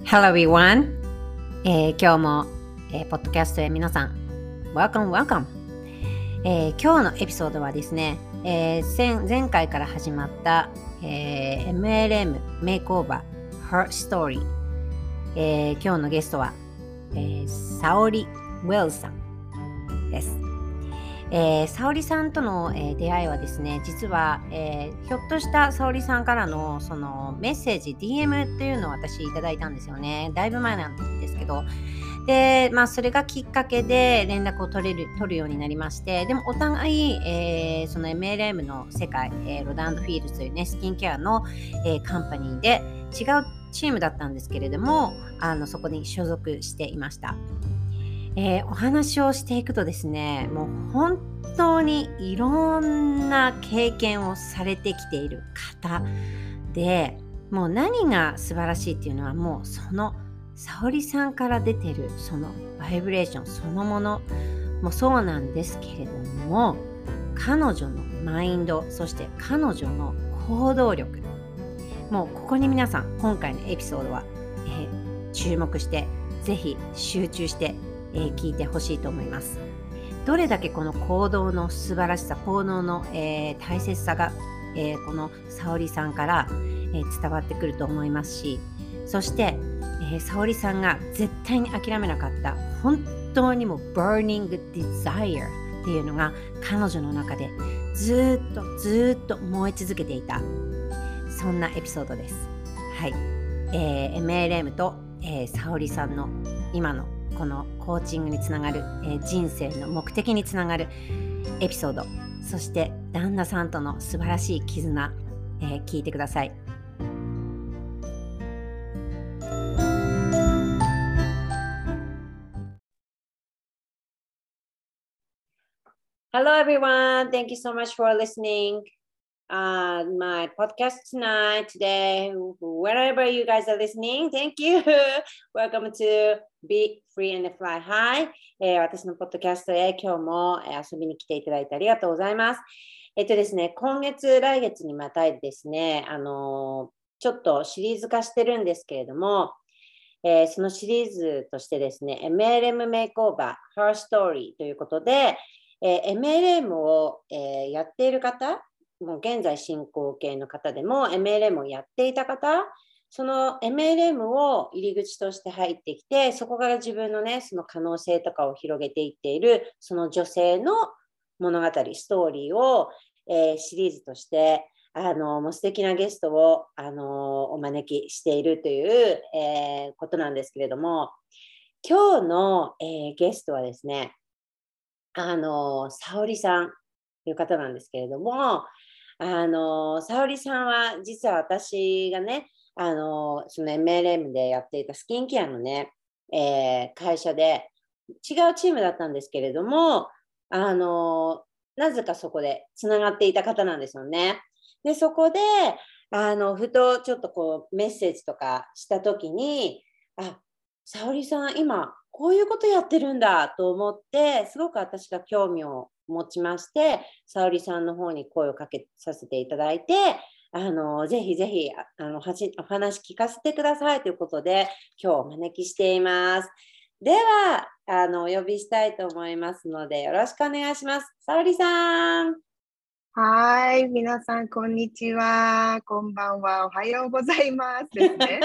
Hello everyone、今日も、ポッドキャストへ皆さん Welcome、今日のエピソードはですね、前回から始まった、MLM メイクオーバー Her Story、今日のゲストは、沙織ウェルさんです。沙織さんとの、出会いはですね、実は、ひょっとした沙織さんからのそのメッセージ DM っていうのを私いただいたんですよね。だいぶ前なんですけど、で、それがきっかけで連絡を取るようになりまして、でもお互い、その MLM の世界、ロダンドフィールズというね、スキンケアの、カンパニーで違うチームだったんですけれども、そこに所属していました。お話をしていくとですね、もう本当にいろんな経験をされてきている方で、もう何が素晴らしいっていうのは、もうその沙織さんから出てるそのバイブレーションそのものもそうなんですけれども、彼女のマインド、そして彼女の行動力、もうここに皆さん今回のエピソードは、注目してぜひ集中して聞いてほしいと思います。どれだけこの行動の素晴らしさ、行動の、大切さが、この沙織さんから、伝わってくると思いますし、そして、沙織さんが絶対に諦めなかった本当にもburning desire っていうのが彼女の中でずっと燃え続けていた、そんなエピソードです。はい、MLM と、沙織さんの今のこのコーチングにつながる、人生の目的につながるエピソード、そして旦那さんとの素晴らしい絆、聞いてください。Hello everyone, thank you so much for listening. My podcast today, wherever you guys are listening, thank you. Welcome to Be Free and Fly High. 私のポッドキャストへ今日も遊びに来ていただいてありがとうございます。ですね、来月にまたいでですね、ちょっとシリーズ化してるんですけれども、そのシリーズとしてですね、MLM メイクオーバー Her Story ということで、MLM を、やっている方、もう現在進行形の方でも MLM をやっていた方、その MLM を入り口として入ってきて、そこから自分のね、その可能性とかを広げていっているその女性の物語、ストーリーを、シリーズとしてもう素敵なゲストをお招きしているという、ことなんですけれども、今日の、ゲストはですね、沙織さんという方なんですけれども、沙織さんは実は私がね、その MLM でやっていたスキンケアのね、会社で違うチームだったんですけれども、なぜかそこでつながっていた方なんですよね。で、そこでふとちょっとこうメッセージとかしたときに、沙織さん今こういうことやってるんだと思って、すごく私が興味を持ちまして、沙織さんの方に声をかけさせていただいて、ぜひぜひお話聞かせてくださいということで、今日お招きしています。では、お呼びしたいと思いますので、よろしくお願いします。沙織さん。 はい、皆さん、こんにちは。こんばんは。おはようございますですね。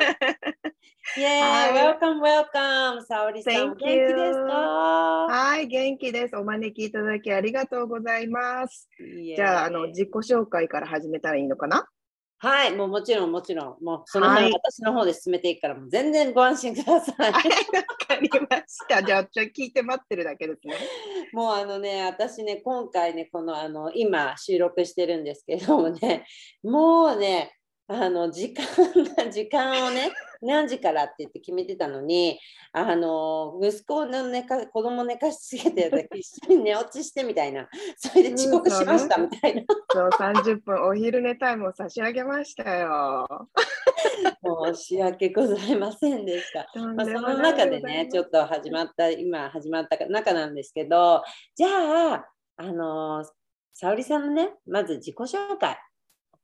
welcome. 沙織さん、元気ですか？ はい、元気です。お招きいただきありがとうございます。じゃあ、自己紹介から始めたらいいのかな？ はい、もちろん。もうその辺は私の方で進めていくから、もう全然ご安心ください。 わかりました。じゃあ、聞いて待ってるだけですね。 もう私ね、今回ね、今収録してるんですけどもね、もうね、時間をね、何時からって言って決めてたのに、息子の子供寝かしすぎて、一緒に寝落ちしてみたいな、それで遅刻しましたみたいな。 そう、30分お昼寝タイムを差し上げましたよ。 申し訳ございませんでした。その中でね、ちょっと今始まった中なんですけど、じゃあ、沙織さんのね、まず自己紹介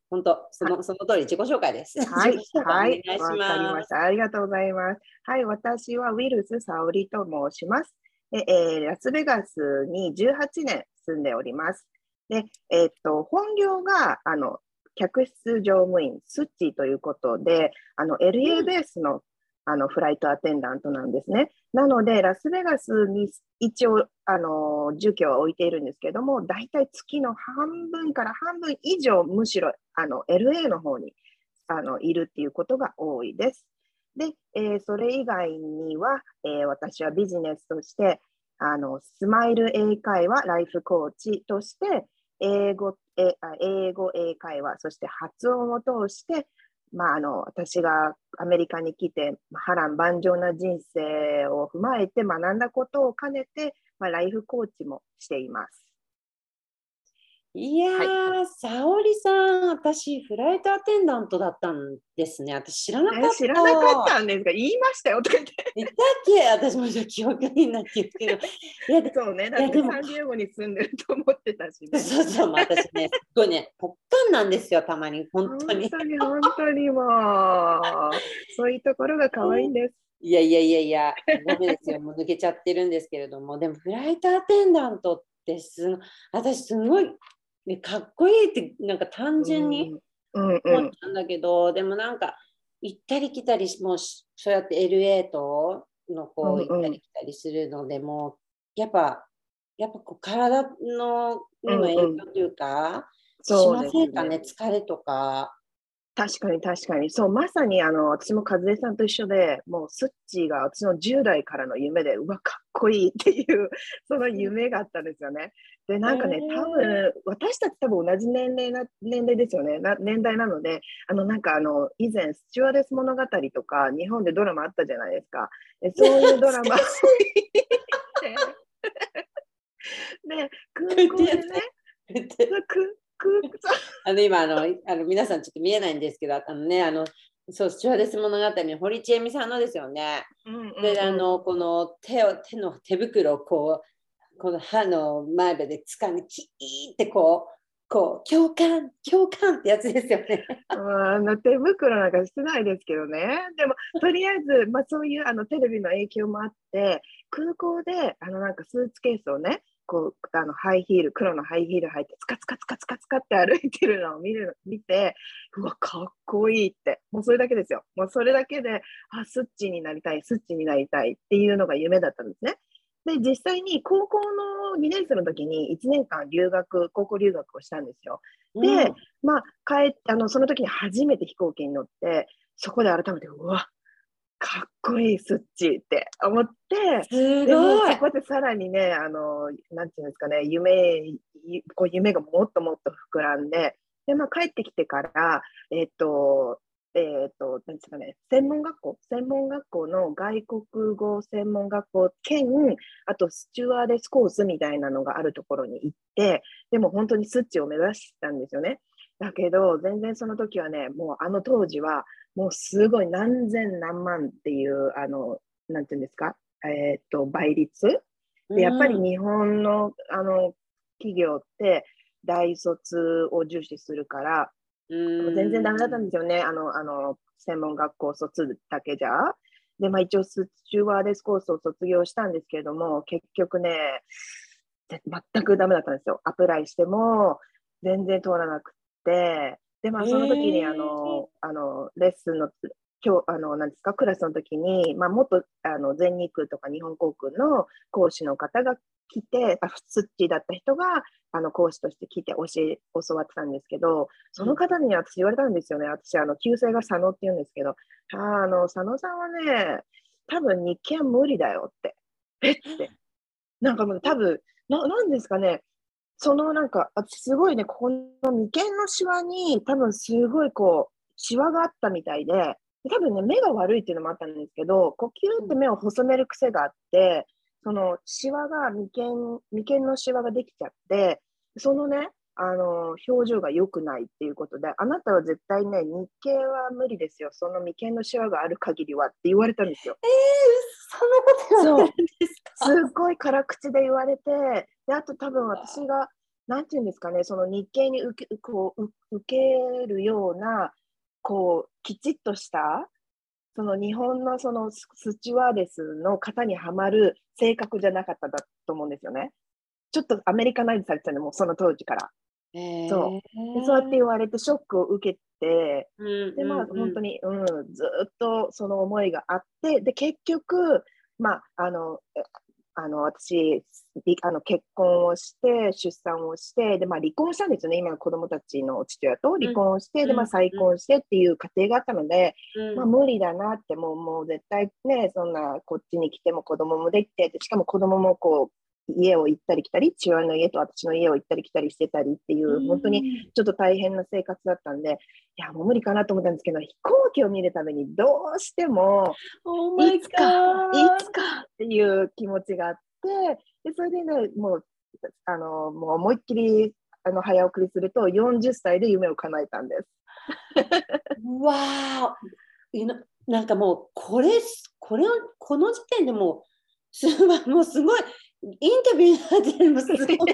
本当、その通り自己紹介です。 はい、 自己紹はい、 介お願いしわかりまます。 した。ありがとうございます。はい、私はウィルス・サオリと申します。で、ラスベガスに18年住んでおります。で、本業が、客室乗務員、スッチーということで、LA ベースの、フライトアテンダントなんですね。なので、ラスベガスに一応、住居は置いているんですけども、大体月の半分から半分以上、むしろ、LA の方にいるっていうことが多いです。で、それ以外には、私はビジネスとして、スマイル英会話ライフコーチとして、英語英会話、そして発音を通して、私がアメリカに来て、波乱万丈な人生を踏まえて学んだことを兼ねて、ライフコーチもしています。 いやー、 はい、 沙織さん、私、フライトアテンダントだったんですね。私、知らなかっ知らなかった。 たんですが、言いましたよとか言って。 言ったっけ私もじゃ記憶になってるけど。 そうね、だってでも、 サンディエゴに住んでると思ってたしね。 そうそう、私ね、すっごいね、ぽっかんなんですよ、たまに、本当に。 本当にもう、そういうところが可愛いんです。 ダメですよ、もう抜けちゃってるんですけれども、でも、フライトアテンダントって私、すごい、ね、かっこいいって、なんか単純に思ったんだけど、でもなんか、行ったり来たりもうそうやって LA とのこう行ったり来たりするのでも、やっぱこう体のにも影響というか、しまそうですね。 せんかね、疲れとか。 確かに確かに。そう、まさに私も和江さんと一緒で、もうスッチーが私の10代からの夢で、うわ、かっこいいっていう、その夢があったんですよね。で、なんかね、多分、私たち多分同じ年齢ですよね。年代なので、以前、スチュワーデス物語とか、日本でドラマあったじゃないですか。そういうドラマを見て、で、空港でね、 今皆さんちょっと見えないんですけど、そう、スチュワーデス物語の堀ちえみさんのですよね。で、この手の手袋をこの歯の前で掴み、キーってこう、共感ってやつですよね。 手袋なんかしてないですけどね。でも、とりあえず、そういうテレビの影響もあって、空港で、スーツケースをね、ハイヒール、黒のハイヒール履いて、ツカツカツカツカツカって歩いてるのを見て、うわ、かっこいいって。もうそれだけですよ。もうそれだけで、スッチになりたい、スッチになりたいっていうのが夢だったんですね。で、実際に高校の2年生の時に1年間高校留学をしたんですよ。で、その時に初めて飛行機に乗って、そこで改めて、うわ、かっこいいスッチーって思って、でもそこでさらにね、なんていうんですかね、夢がもっともっと膨らんで、で、帰ってきてから、なんですかね、専門学校の外国語専門学校兼、あとスチュワーデスコースみたいなのがあるところに行って、でも本当にスッチを目指したんですよね。だけど、全然その時はね、もう当時は、もうすごい何千何万っていう、なんていうんですか、倍率で、やっぱり日本の、企業って大卒を重視するから、全然ダメだったんですよね。専門学校卒だけじゃ。で、一応スチュワーデスコースを卒業したんですけれども、結局ね、全くダメだったんですよ。アプライしても全然通らなくて、で、その時にレッスンのなんですか、クラスの時に、元全日空とか日本航空の講師の方が来て、スッチーだった人が講師として来て教わってたんですけど、その方に私言われたんですよね。私、旧姓が佐野って言うんですけど、佐野さんはね、多分日系は無理だよって。えって。なんかもう多分、なんですかね、私すごいね、この眉間のシワに多分すごいシワがあったみたいで、多分ね、目が悪いっていうのもあったんですけど、呼吸って目を細める癖があって、そのシワが、眉間のシワができちゃって、そのね、表情が良くないっていうことで、あなたは絶対ね、日系は無理ですよ。その眉間のシワがある限りはって言われたんですよ。 そんなこと言われるんですか？ すっごい辛口で言われて、で、あと多分私がなんていうんですかね、その日系に受けるような、きちっとした、その日本のそのスチュワーデスの方にはまる性格じゃなかっただと思うんですよね。ちょっとアメリカナイズされてたのも、その当時から。そう。で、そうやって言われてショックを受けて、で、まあ、本当に、ずっとその思いがあって、で、結局、まあ、私、結婚をして、出産をして、で、まあ、離婚したんですよね。今の子供たちの父親と離婚をして、で、まあ、再婚してっていう家庭があったので、まあ、無理だなって、もう絶対ね、そんな、こっちに来ても子供もできて、しかも子供も家を行ったり来たり、父親の家と私の家を行ったり来たりしてたりっていう、本当にちょっと大変な生活だったんで、いや、もう無理かなと思ったんですけど、飛行機を見るためにどうしても、いつかっていう気持ちがあって、で、それでね、もう思いっきり、早送りすると、40歳で夢を叶えたんです。 わー、なんかもう、この時点でもうすごい、インタビューになってるのすごい。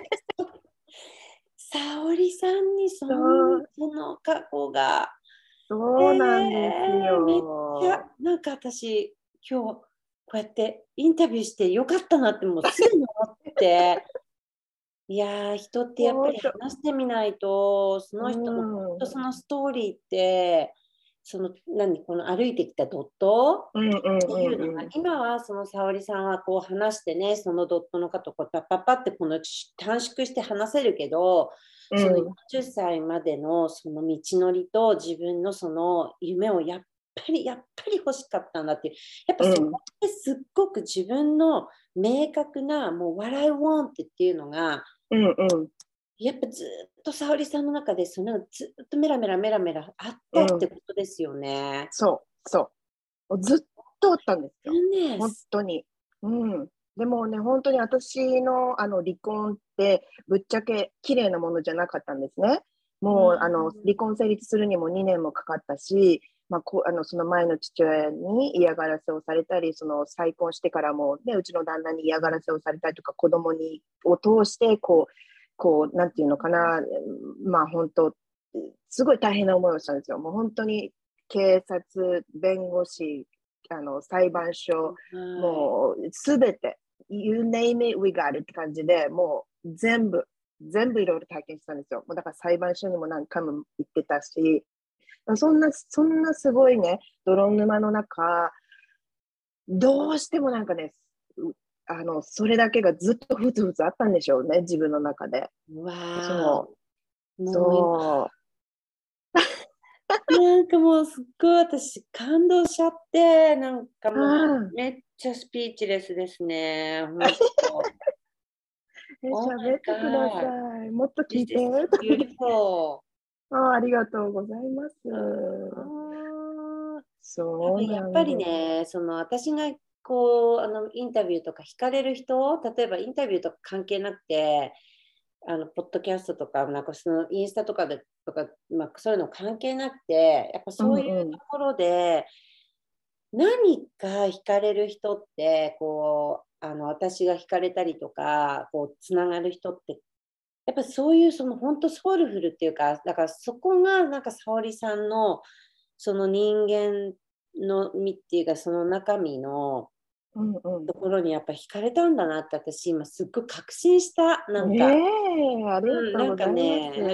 沙織さんにその過去が。 そうなんですめっちゃ、 よ。 なんか私、今日、こうやってインタビューしてよかったなって、もうすぐに思って、いやー、人ってやっぱり話してみないと、その人の本当そのストーリーって、この歩いてきたドットっていうのが、今はその沙織さんはこう話してね、そのドットの方こうパッパッパってこの短縮して話せるけど、その40歳までのその道のりと自分のその夢をやっぱり欲しかったんだっていう、やっぱそこってすっごく自分の明確なもう what I want っていうのが、やっぱずっと沙織さんの中でそのずっとメラメラあったってことですよね。 そう。ずっとあったんですよ。本当に。でもね、本当に私の離婚ってぶっちゃけ綺麗なものじゃなかったんですね。もう離婚成立するにも2年もかかったし、まあ、その前の父親に嫌がらせをされたり、その再婚してからも、ね、うちの旦那に嫌がらせをされたりとか、子供を通してなんていうのかな、まあ本当、すごい大変な思いをしたんですよ。もう本当に警察、弁護士、裁判所、もうすべて、you name it, we got it って感じで、もう全部いろいろ体験したんですよ。もうだから裁判所にも何回も行ってたし、そんなすごいね、泥沼の中、どうしてもなんかね、それだけがずっとふつふつあったんでしょうね、自分の中で。そう。 なんかもうすっごい私感動しちゃって、なんかもうめっちゃスピーチレスですね。 喋ってください。もっと聞いて。ありがとうございます。そうやっぱりね、私がインタビューとか聞かれる人、例えばインタビューとか関係なくて、ポッドキャストとか、なんかそのインスタとかまあ、そういうの関係なくて、やっぱそういうところで、何か惹かれる人って、私が惹かれたりとか、つながる人って、やっぱそういう、本当ソウルフルっていうか、だからそこが、なんか沙織さんの、その人間の身っていうか、その中身の、ところにやっぱ惹かれたんだなって私今すっごい確信した。なんか、 ありがとうございます。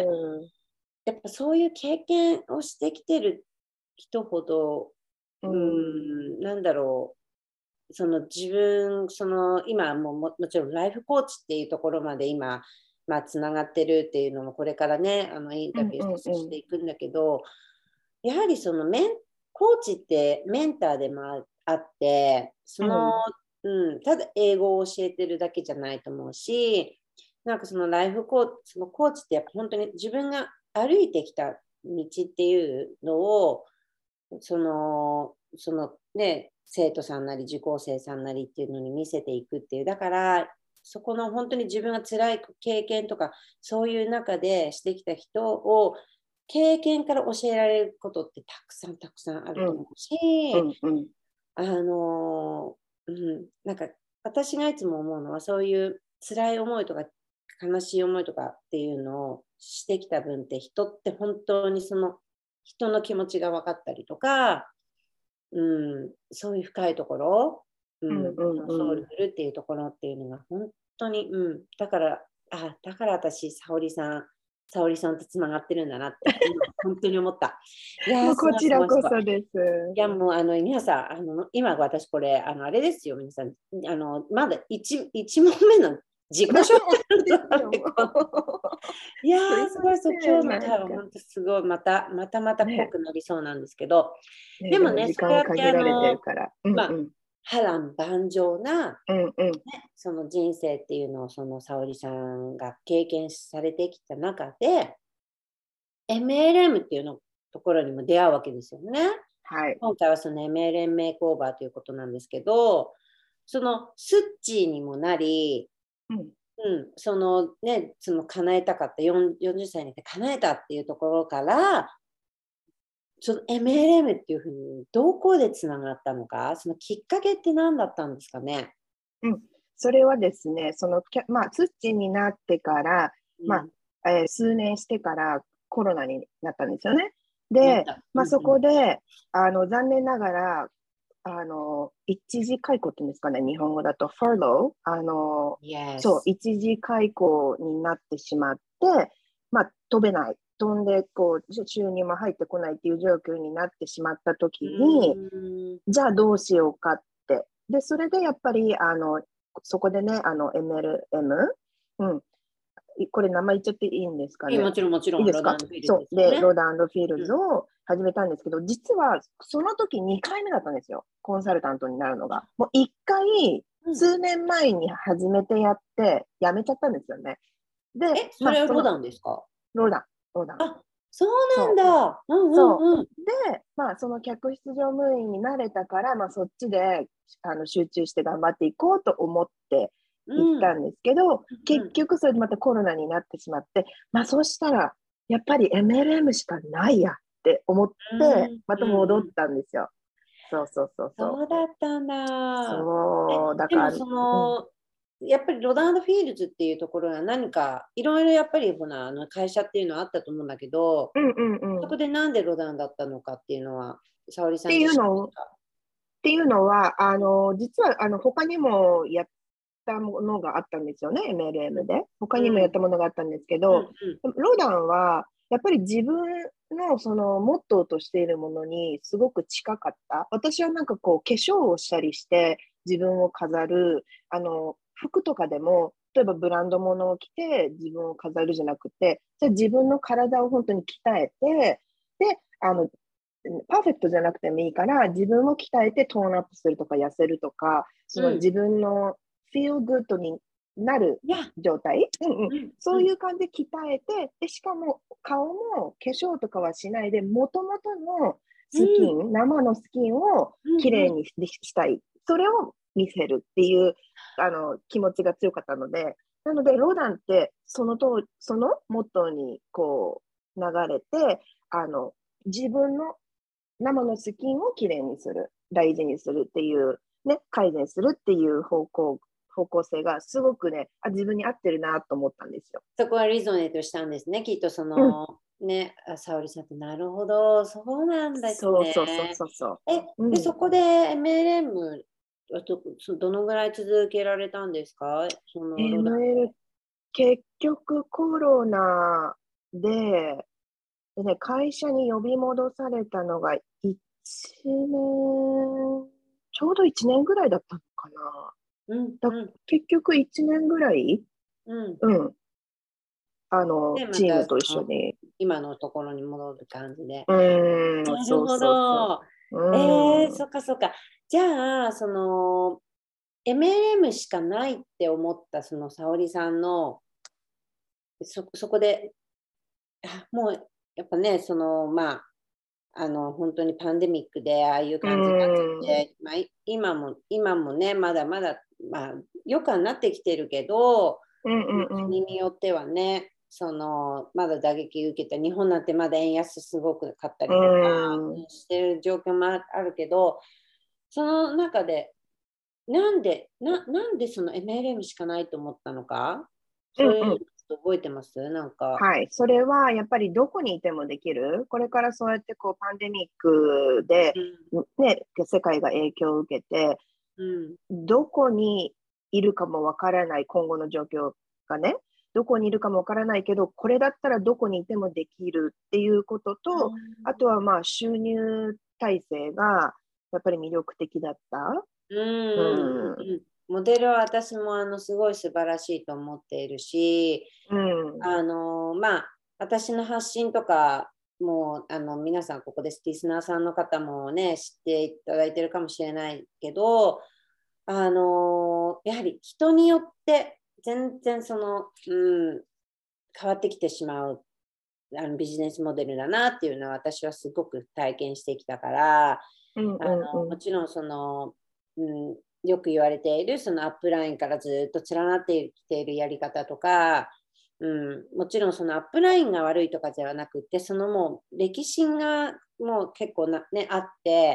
やっぱそういう経験をしてきてる人ほど、なんだろう、自分、今もちろんライフコーチっていうところまで今、まあ、つながってるっていうのもこれからね、インタビューしていくんだけど、やはりコーチってメンターでもあって、ただ英語を教えてるだけじゃないと思うし、なんかそのライフコーチ、そのコーチってやっぱ本当に自分が歩いてきた道っていうのを、ね、生徒さんなり受講生さんなりっていうのに見せていくっていう、だからそこの本当に自分が辛い経験とかそういう中でしてきた人を経験から教えられることってたくさんあると思うし、なんか私がいつも思うのはそういう辛い思いとか悲しい思いとかっていうのをしてきた分って人って本当にその人の気持ちが分かったりとか、そういう深いところ、ソウルフルっていうところっていうのが本当に、だから私沙織さんとつながってるんだなって本当に思った。いやもうこちらこそです。 いやもう皆さん今私これあれですよ皆さんまだ1問目の自己紹介いやーすごいそう今日の会話本当すごいまた濃くなりそうなんですけど、でもね時間限られてるから波乱万丈な、その人生っていうのをその沙織さんが経験されてきた中で MLM っていうのところにも出会うわけですよね。 はい、 今回はその MLM メイクオーバーということなんですけど、そのスッチーにもなり、そのね、その叶えたかった40歳になって叶えたっていうところから、その MLM っていうふうにどこでつながったのか、そのきっかけって何だったんですかね。 それはですね、そのスッチーになってから、数年してからコロナになったんですよね。で、そこで残念ながら一時解雇っていうんですかね、日本語だと furlough、そう、一時解雇になってしまって、飛べない、飛んで収入も入ってこないっていう状況になってしまったときに、じゃあどうしようかって。で、それでやっぱり、そこでね、MLM、これ名前言っちゃっていいんですかね。 もちろん。 いいですか？そう。で、ローダー&フィールズを始めたんですけど、実はその時2回目だったんですよ。コンサルタントになるのが。もう1回、数年前に始めてやって、やめちゃったんですよね。で、 それはロダンですか？ ローダン。 あ、そうなんだ。 そう。で、その客室乗務員になれたから、そっちで集中して頑張っていこうと思って行ったんですけど、結局それでまたコロナになってしまって、そうしたら、やっぱり MLM しかないやって思って、また戻ったんですよ。そうだったんだ。 そう、だから。 でもやっぱりロダンドフィールズっていうところは何かいろいろやっぱり会社っていうのはあったと思うんだけど、そこでなんでロダンだったのかっていうのは沙織さん自身っていうのは実は他にもやったものがあったんですよね、MLM で。他にもやったものがあったんですけど、ロダンはやっぱり自分のそのモットーとしているものにすごく近かった。私はなんか化粧をしたりして自分を飾る、服とかでも、例えばブランド物を着て自分を飾るじゃなくて、じゃあ自分の体を本当に鍛えて、で、パーフェクトじゃなくてもいいから、自分を鍛えてトーンアップするとか痩せるとか、その自分のフィールグッドになる状態、そういう感じで鍛えて、でしかも顔も化粧とかはしないで、もともとのスキン、生のスキンをきれいにしたい。それを見せるっていう気持ちが強かったので、なので、ロダンってそのモットーに流れて、自分の生のスキンをきれいにする、大事にするっていう、改善するっていう方向性がすごくね、自分に合ってるなと思ったんですよ。 そこはリゾネートしたんですね、きっとその、沙織さんってなるほど、そうなんですね。で、そこで MLM どのぐらい続けられたんですか？ 結局コロナで、会社に呼び戻されたのが1年、ちょうど1年ぐらいだったのかな。結局1年ぐらい、チームと一緒に。 今のところに戻る感じで。 なるほど。そっかそっか。じゃあ、MLM しかないって思ったその沙織さんのそこでもうやっぱね本当にパンデミックでああいう感じになっちゃって、今もねまだまだよくはなってきてるけど、国によってはねまだ打撃受けた日本なんてまだ円安すごく買ったりとかしてる状況もあるけど、その中でなんでその MLM しかないと思ったのか？ そういうの覚えてますなんか。 はい。それはやっぱりどこにいてもできる。これからそうやってこうパンデミックで、 うん、 ね、世界が影響を受けて、 うん、 どこにいるかもわからない今後の状況がね、どこにいるかもわからないけど、これだったらどこにいてもできるっていうことと、あとはまあ収入体制がやっぱり魅力的だった。 うんうんうんうん。 うん。モデルは私もすごい素晴らしいと思っているし、 うん。 まあ、私の発信とかも皆さんここでリスナーさんの方もね、知っていただいてるかもしれないけど、やはり人によって全然変わってきてしまうビジネスモデルだなっていうのは私はすごく体験してきたから、 うんうんうん。 もちろんよく言われているそのアップラインからずっと連なってきているやり方とか、もちろんそのアップラインが悪いとかではなくて、そのもう歴史がもう結構あって、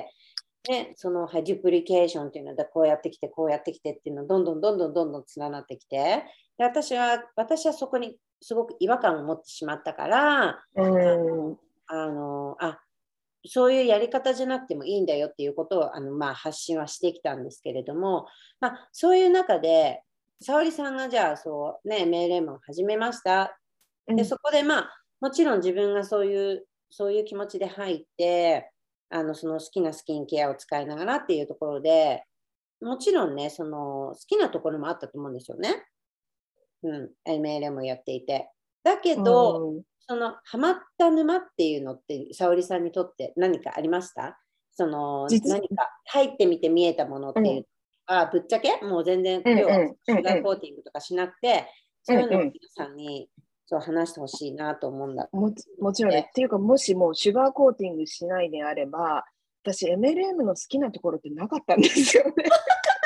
ね、はい、デュプリケーションっていうのでこうやってきてこうやってきてっていうのどんどんどんどんどんどん連なってきて、で私はそこにすごく違和感を持ってしまったから、 うん。 そういうやり方じゃなくてもいいんだよっていうことを発信はしてきたんですけれども、そういう中で沙織さんがじゃあそうね MLM を始めました。でうん。 そこでもちろん自分がそういう気持ちで入ってその好きなスキンケアを使いながらっていうところで、もちろんねその好きなところもあったと思うんですよね。MLM をやっていて。だけうど、 ん。 そのハマった沼っていうのって、沙織さんにとって何かありました？ 実、 何か入ってみて見えたものっていううん。 ぶっちゃけもう全然、 うん要はうん。うんうん。 シュガーコーティングとかしなくて、そういうのをうんうん。 皆さんにそう話してほしいなと思うんだっもちろんです。 て。 っていうか、もしもうシュガーコーティングしないであれば、私 MLM の好きなところってなかったんですよね。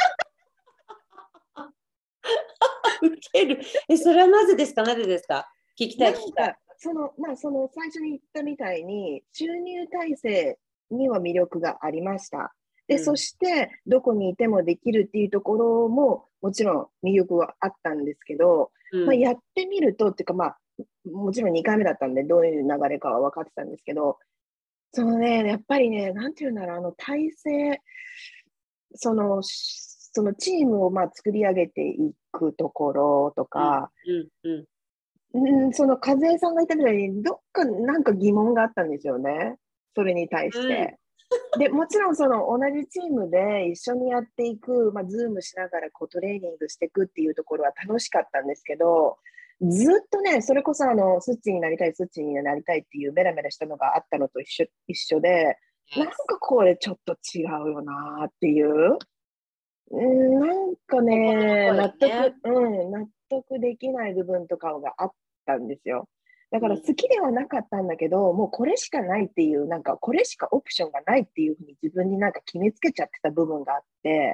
受ける。それはなぜですか？なぜですか？聞きたい、聞きたい。 なんか、その最初に言ったみたいに、収入体制には魅力がありました。で、そうん、 して、どこにいてもできるっていうところも、もちろん魅力はあったんですけど、 うん、 やってみると、っていうか、もちろん2回目だったんで、どういう流れかは分かってたんですけど、そのね、やっぱりね、なんていうんだろう、体制、そのチームを作り上げていくところとうん、 か、 うん、うん、 その和江さんが言ったみたいに、どっかなんか疑問があったんですよね。それに対しうん、 て。で、もちろんその同じチームで一緒にやっていく、ズームしながらトレーニングしていくっていうところは楽しかったんですけど、ずっとね、それこそスッチーになりたい、スッチーになりたいっていうメラメラしたのがあったのと一緒で、なんかこれちょっと違うよなっていう。なんかね、 心残りね。 納得できない部分とかがあったんですよ。だからうん、 好きではなかったんだけど、もうこれしかないっていう、なんかこれしかオプションがないっていうふうに自分になんか決めつけちゃってた部分があって、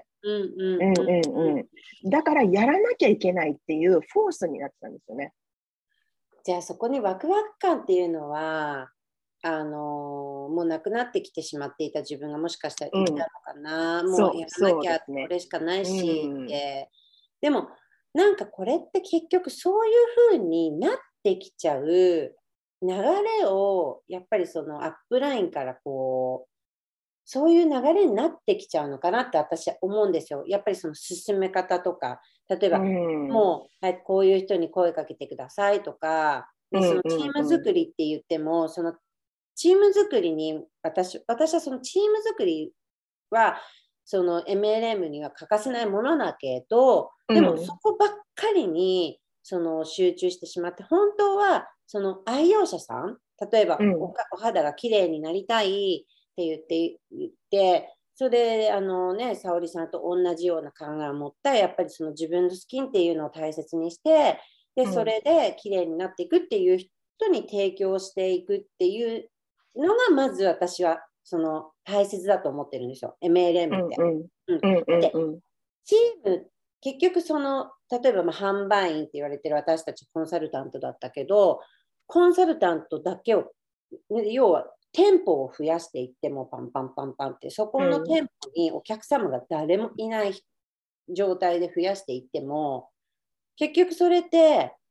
うん、うん、 うんうん、うん。 うんうん。だからやらなきゃいけないっていうフォースになってたんですよね。 じゃあそこにワクワク感っていうのは、もうなくなってきてしまっていた自分がもしかしたらいたうん。 のかな。もうやらなそうきゃですね。 これしかないうしっん。 て。でもなんかこれって結局そういう風になってきちゃう流れをやっぱりそのアップラインからそういう流れになってきちゃうのかなって私は思うんですよ。やっぱりその進め方とか、例えうばん。 もう、はい、こういう人に声かけてくださいとか、で、そうんのチームうんうん。 作りって言っても、そのチーム作りに私はそのチーム作りはその MLM には欠かせないものだけど、でもそうん。 こばっかりにその集中してしまって、本当はその愛用者さん、例えばうん。 お肌が綺麗になりたいって言って、それで沙織さんと同じような考えを持った、やっぱりその自分のスキンっていうのを大切にして、で、そうん。 れで綺麗になっていくっていう人に提供していくっていうのが、まず私はその大切だと思ってるんですよ、 う MLM って。 んうん。 うん、 うんだって、 うんチーム、結局例えば販売員って言われてる私たちコンサルタントだったけど、コンサルタントだけを、要は店舗を増やしていってもパンパンパンパンって、そこのうん。 店舗にお客様が誰もいない状態で増やしていっても、結局それって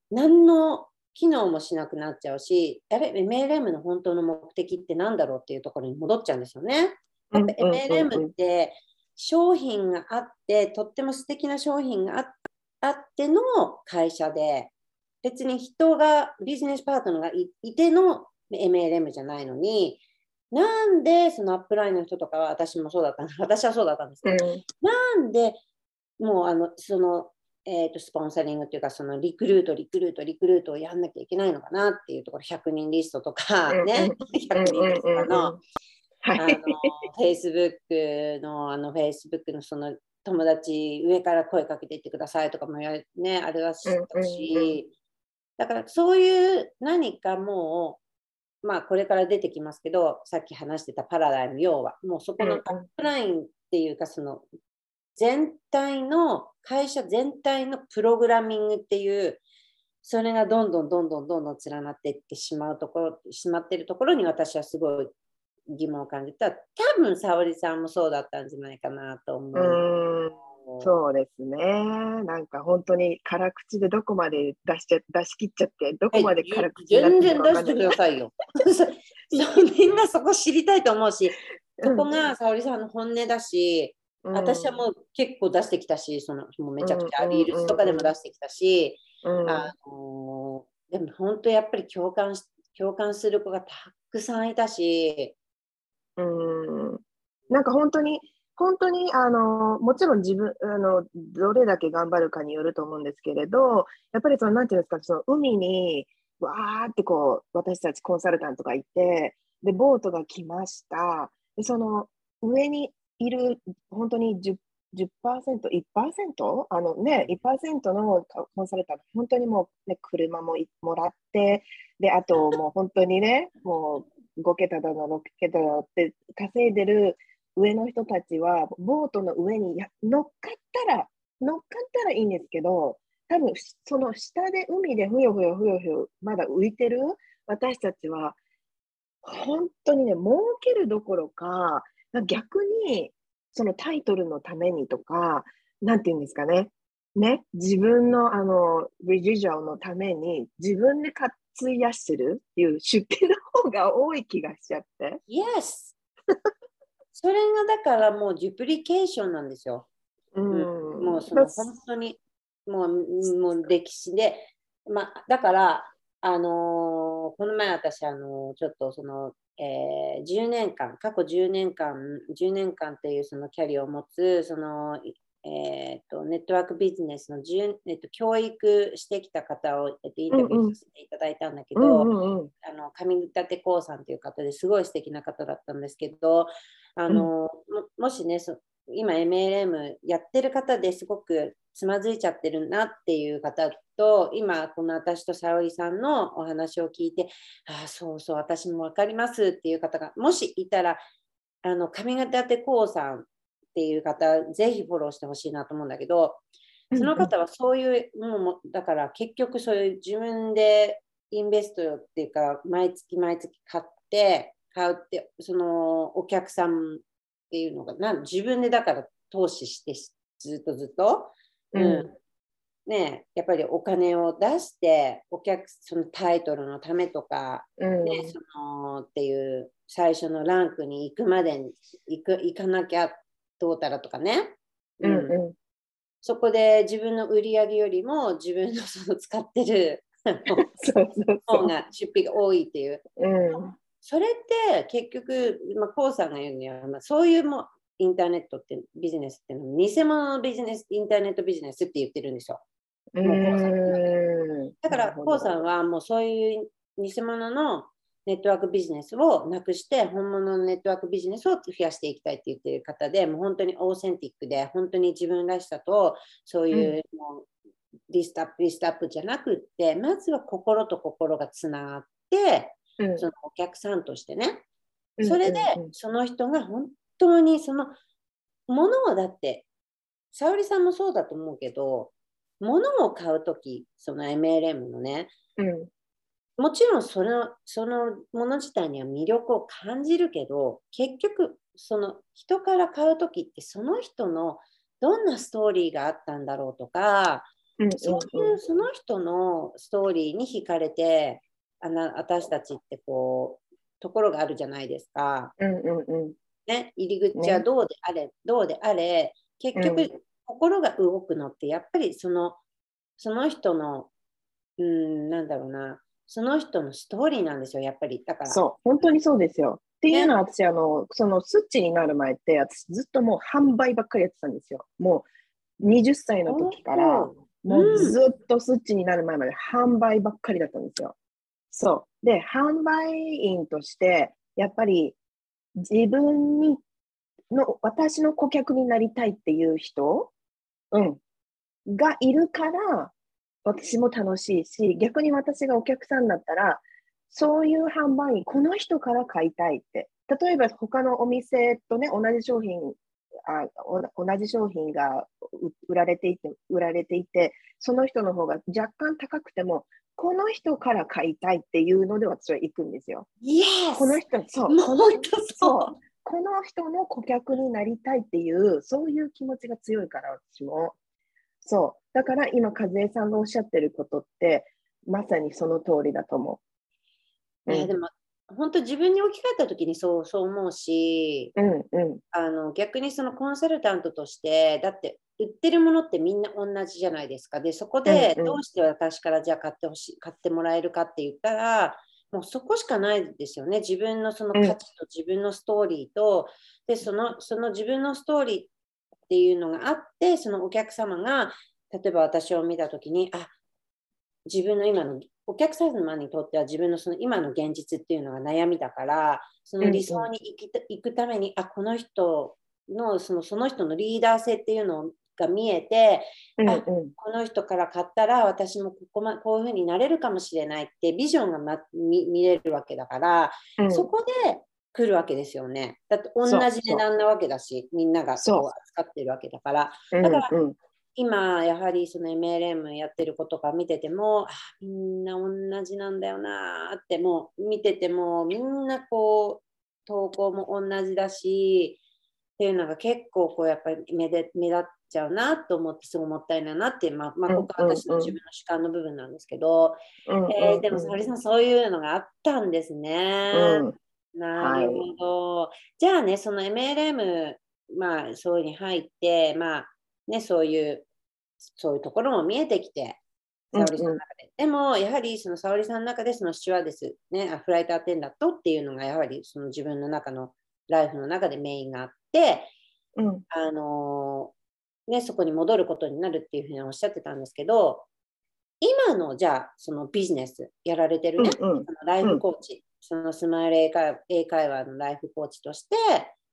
何の機能もしなくなっちゃうし、MLM の本当の目的って何だろうっていうところに戻っちゃうんですよね。やっぱ MLM って商品があって、とっても素敵な商品があっての会社で、別に人が、ビジネスパートナーがいての MLM じゃないのに、なんでそのアップラインの人とかは、私もそうだった、私はそうだったんですけど、なんでもうその、スポンサリングっていうか、そのリクルートをやんなきゃいけないのかなっていうところ、100人リストとかね、100人リストの、Facebook の、Facebook のその友達、上から声かけていってくださいとかもね、あれは知ったし、だからそういう何かもう、まあこれから出てきますけど、さっき話してたパラダイム、要は、もうそこのアップラインっていうか、その全体の、会社全体のプログラミングっていう、それがどんどん連なっていってしまっているところに私はすごい疑問を感じた。多分、沙織さんもそうだったんじゃないかなと思う。 そうですね。なんか本当に辛口でどこまで出し切っちゃって、どこまで辛口になって全然出してくださいよ。みんなそこ知りたいと思うし、そこが沙織さんの本音だし、私はもう結構出してきたし、もうめちゃくちゃリールスとかでも出してきたし、でも本当やっぱり共感する子がたくさんいたし、 なんか本当にもちろん自分、どれだけ頑張るかによると思うんですけれど、やっぱりなんていうんですか、その海に、わーってこう、私たちコンサルタントがいて、で、ボートが来ました。で、その上にいる、本当に10%、1%? 1%のコンサルタント、本当にもう、ね、車ももらって、で、あともう本当にね、もう5桁だの、6桁だのって稼いでる上の人たちは、ボートの上に乗っかったらいいんですけど、多分、その下で海でふよふよふよふよ、まだ浮いてる私たちは、本当にね、儲けるどころか、逆に、そのタイトルのためにとか、なんていうんですかね。自分のビジュアルのために、自分で費やしてるっていう出費の方が多い気がしちゃって。 Yes! それがだからもうデュプリケーションなんですよ。もう本当にもう歴史で、だから、この前私ちょっと10年間、過去10年間、10年間っていうそのキャリアを持つネットワークビジネスの教育してきた方を、インタビューさせていただいたんだけど、上立光さんという方ですごい素敵な方だったんですけど、もしね、今 MLM やってる方ですごくつまずいちゃってるなっていう方と、今この私と沙織さんのお話を聞いて、そうそう私も分かりますっていう方がもしいたら、上立光さんっていう方ぜひフォローしてほしいなと思うんだけど、その方はそういうもうだから結局そういう自分でインベストっていうか毎月買うってそのお客さんっていうのが自分でだから投資してずっと、ね、やっぱりお金を出してそのタイトルのためとか、っていう最初のランクに行くまでに行かなきゃどうたらとかね、そこで自分の売り上げよりも自分のその使ってる方が出費が多いっていう。それって結局、コウさんが言うには、そういうインターネットってビジネスっていうのは偽物のビジネス、インターネットビジネスって言ってるんですよ。もうコウさんだからコウさんはもうそういう偽物のネットワークビジネスをなくして本物のネットワークビジネスを増やしていきたいって言ってる方で、もう本当にオーセンティックで本当に自分らしさとそういう、リストアップじゃなくって、まずは心と心がつながって、そのお客さんとしてね、それでその人が本当にそのものをだって沙織さんもそうだと思うけど、物を買うとき、その MLM のね、もちろんそのもの自体には魅力を感じるけど、結局その人から買うときってその人のどんなストーリーがあったんだろうとか、 そういうその人のストーリーに惹かれて、私たちってこう、ところがあるじゃないですか。ね、入り口はどうであれ、どうであれ、結局、心が動くのって、やっぱりその人の、なんだろうな、その人のストーリーなんですよ、やっぱり。だから。 そう、本当にそうですよ。っていうのは、私、そのスッチになる前って、私ずっともう販売ばっかりやってたんですよ。もう20歳の時から、もうずっとスッチになる前まで販売ばっかりだったんですよ。そう。で、販売員として、やっぱり自分私の顧客になりたいっていう人、がいるから、私も楽しいし、逆に私がお客さんだったら、そういう販売員、この人から買いたいって。例えば他のお店とね、同じ商品が売られていて、その人の方が若干高くても、この人から買いたいっていうので私は行くんですよ。この人、この人の顧客になりたいっていう、そういう気持ちが強いから、私も。そう。だから今、和江さんがおっしゃってることって、まさにその通りだと思う。でも、本当自分に置き換えたときにそう思うし、逆にそのコンサルタントとして、だって売ってるものってみんな同じじゃないですか。で、そこでどうして私からじゃあ買ってもらえるかって言ったら、もうそこしかないですよね。自分のその価値と自分のストーリーと、で、その自分のストーリーっていうのがあって、そのお客様が、例えば私を見たときに、自分の今のお客様にとっては自分のその今の現実っていうのが悩みだから、その理想に行くために、この人のその人のリーダー性っていうのが見えて、この人から買ったら私もこういうふうになれるかもしれないってビジョンが、見れるわけだから、そこで来るわけですよね。だって同じ値段なわけだし、みんながこう扱ってるわけだから。だから今、やはりその MLM やってる子とか見てても、みんな同じなんだよなって、もう見てても、みんなこう、投稿も同じだし、っていうのが結構こう、やっぱり目立っちゃうなと思って、すごいもったいないなって、ここは私の自分の主観の部分なんですけど、でも、沙織さん、そういうのがあったんですね。なるほど。じゃあね、その MLM、そういうに入って、そういうところも見えてきて、沙織さんの中で。でも、やはりその沙織さんの中で、そのスチュワーデス、フライトアテンダントっていうのが、やはりその自分の中のライフの中でメインがあって、そこに戻ることになるっていうふうにおっしゃってたんですけど、今のじゃあ、そのビジネスやられてるね、そのライフコーチ、そのスマイル英会話のライフコーチとして、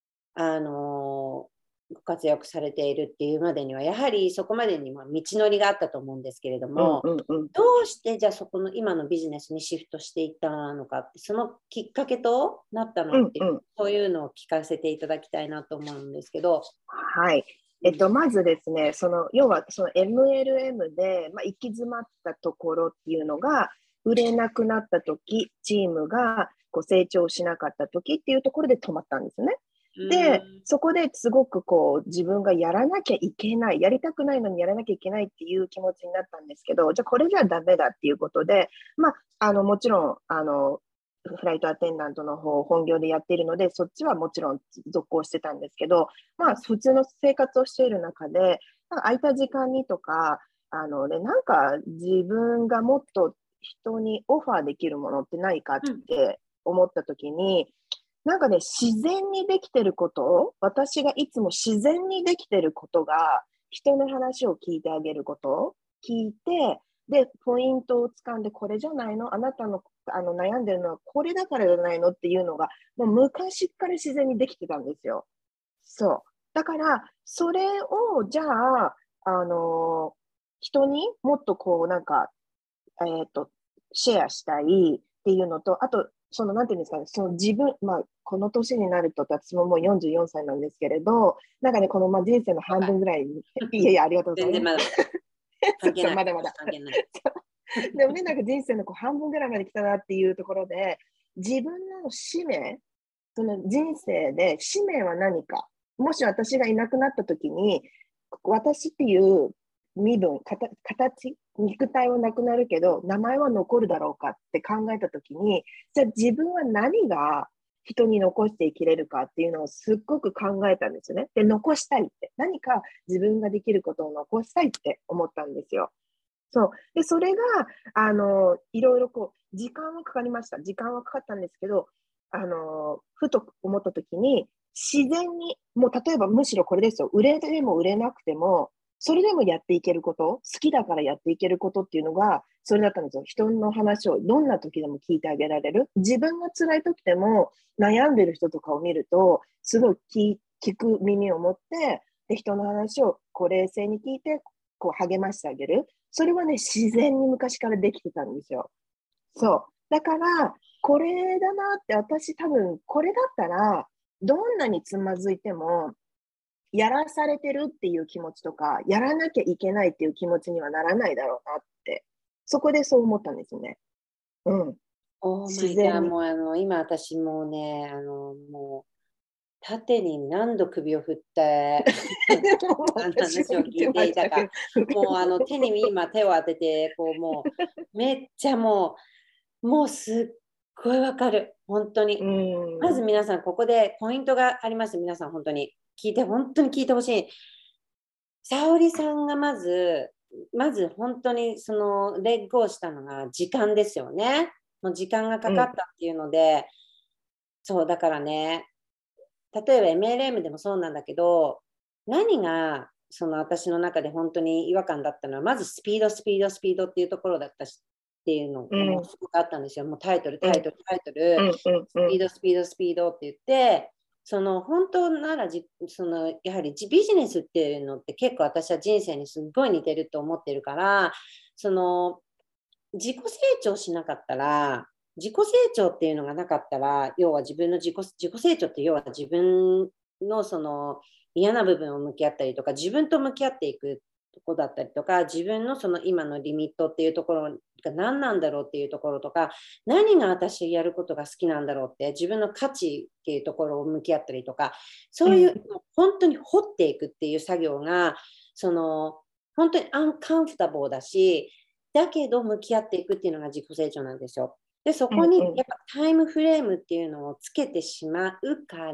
ご活躍されているっていうまでには、やはりそこまでにも道のりがあったと思うんですけれども、どうしてじゃあそこの今のビジネスにシフトしていったのかって、そのきっかけとなったのって、そういうのを聞かせていただきたいなと思うんですけど。 はい。まずですね、要はその MLM で、行き詰まったところっていうのが、売れなくなった時、チームがこう成長しなかった時っていうところで止まったんですね。で、そこですごくこう自分がやらなきゃいけない、やりたくないのにやらなきゃいけないっていう気持ちになったんですけど、じゃあこれじゃダメだっていうことで、もちろん、フライトアテンダントの方を本業でやっているので、そっちはもちろん続行してたんですけど、普通の生活をしている中で、空いた時間にとか、なんか自分がもっと人にオファーできるものってないかって思った時に、なんかね、自然にできてること、私がいつも自然にできてることが、人の話を聞いてあげること、聞いて、で、ポイントをつかんで、これじゃないの、あなたの悩んでるのはこれだからじゃないのっていうのが、もう昔から自然にできてたんですよ。そう。だから、それを、じゃあ、人にもっとこう、なんか、シェアしたいっていうのと、あと、なんていうんですかね、自分、この年になると、私ももう44歳なんですけれど、なんかね、この人生の半分ぐらいに、いやいや、ありがとうございます。 全然まだまだ。でもね、なんか人生の半分ぐらいまで来たなっていうところで、自分の使命、その人生で使命は何か、もし私がいなくなった時に、私っていう身分、形、肉体はなくなるけど、名前は残るだろうかって考えたときに、じゃあ自分は何が人に残して生きれるかっていうのをすっごく考えたんですよね。で、残したいって。何か自分ができることを残したいって思ったんですよ。そう。で、それが、いろいろ時間はかかりました。時間はかかったんですけど、ふと思った時に、自然に、もう例えばむしろこれですよ。売れても売れなくても、それでもやっていけること、好きだからやっていけることっていうのが、それだったんですよ。人の話をどんな時でも聞いてあげられる。自分が辛い時でも悩んでる人とかを見ると、すごい聞く耳を持って、で、人の話を冷静に聞いて、励ましてあげる。それはね、自然に昔からできてたんですよ。そう。だから、これだなって、私多分、これだったら、どんなにつまずいても、やらされてるっていう気持ちとか、やらなきゃいけないっていう気持ちにはならないだろうなって、そこでそう思ったんですね。うん。 オーマイガー、 自然に。 もう今私もうね、もう縦に何度首を振って話を聞いていたか、もう手に今手を当てて、もうめっちゃもうすっごいわかる。本当に。まず皆さん、ここでポイントがあります。皆さん、本当に本当に聞いてほしい。沙織さんがまず本当にそのレッグをしたのが時間ですよね。もう時間がかかったっていうので、そう、だからね、例えば MLM でもそうなんだけど、何がその私の中で本当に違和感だったのは、まずスピードっていうところだったしっていうのがもうすごくあったんですよ。もうタイトル、スピードって言って、その本当ならそのやはりビジネスっていうのって結構私は人生にすっごい似てると思ってるから、その自己成長しなかったら、自己成長っていうのがなかったら、要は自分の自己成長って要は自分のその嫌な部分を向き合ったりとか、自分と向き合っていくとこだったりとか、自分のその今のリミットっていうところが何なんだろうっていうところとか、何が私やることが好きなんだろうって、自分の価値っていうところを向き合ったりとか、そういう、本当に掘っていくっていう作業が、その本当にアンカンフタボーだし、だけど向き合っていくっていうのが自己成長なんですよ。で、そこにやっぱタイムフレームっていうのをつけてしまうから、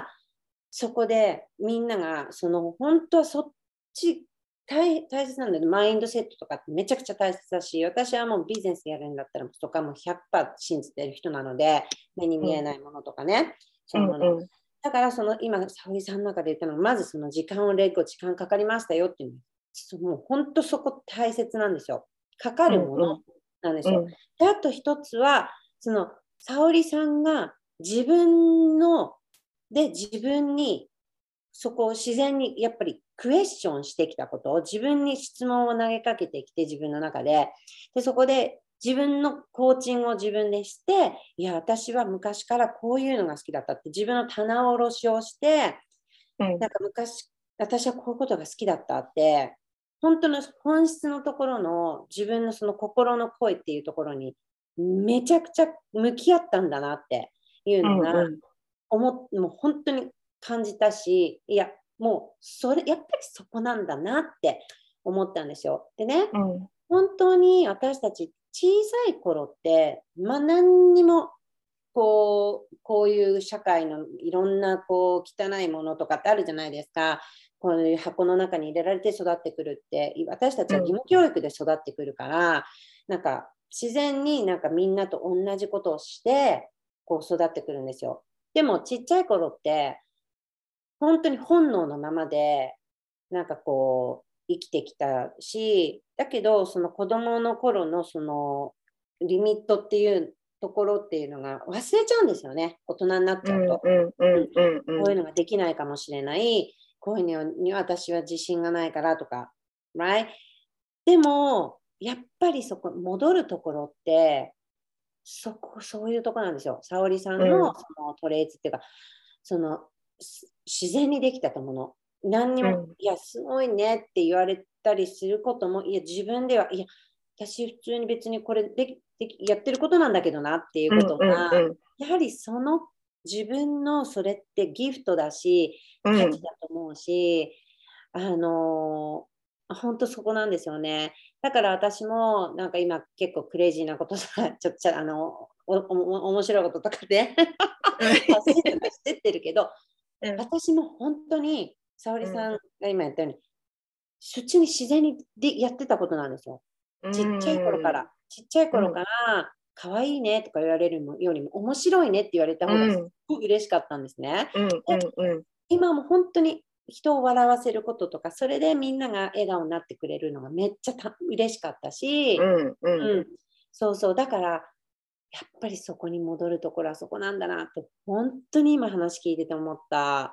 そこでみんながその本当はそっち大切なんだよね。マインドセットとかってめちゃくちゃ大切だし、私はもうビジネスやるんだったらとかも100%信じてる人なので、目に見えないものとかね、そういうもの。だからその今、沙織さんの中で言ったのは、まずその時間かかりましたよっていうの。もう本当そこ大切なんですよ。かかるものなんですよ。で、あと一つは、その沙織さんが自分にそこを自然にやっぱりクエスチョンしてきたことを自分に質問を投げかけてきて自分の中で、そこで自分のコーチングを自分でして、いや私は昔からこういうのが好きだったって自分の棚卸しをして、なんか昔私はこういうことが好きだったって本当の本質のところの自分のその心の声っていうところにめちゃくちゃ向き合ったんだなっていうのがもう本当に感じたし、いやもうやっぱりそこなんだなって思ったんですよ。でね、本当に私たち小さい頃って何にもこういう社会のいろんな汚いものとかってあるじゃないですか。こういう箱の中に入れられて育ってくるって、私たちは義務教育で育ってくるから、なんか自然になんかみんなと同じことをして育ってくるんですよ。でもちっちゃい頃って本当に本能のままでなんか生きてきたし、だけどその子供の頃のそのリミットっていうところっていうのが忘れちゃうんですよね。大人になっちゃうと。こういうのができないかもしれない。こういうのに私は自信がないからとか。Right? でも、やっぱりそこ、戻るところって、そういうところなんですよ。沙織さんのそのトレーツっていうか、その自然にできたもの。何にも、いや、すごいねって言われたりすることも、いや、自分では、いや、私普通に別にこれやってることなんだけどなっていうことが、やはりその自分のそれってギフトだし、価値だと思うし、 本当そこなんですよね。だから私もなんか今結構クレイジーなこととかちょっと面白いこととかで発信とかしてってるけど、 うん私も本当に沙織うんさんが今やったように、普通に自然にやってたことなんですよ。 うちっちゃい頃かんら、ちっちゃいうん頃から、可愛いねとか言われるよりも、面白いねって言われたう方がすっんごい嬉しかったんですね。 うんで、 うん今も本当に人を笑わせることとか、それでみんなが笑顔になってくれるのがめっちゃ嬉しかったし、 うんうんうん、そうそう、だから、やっぱりそこに戻るところはそこなんだなって、本当に今話聞いてて思った。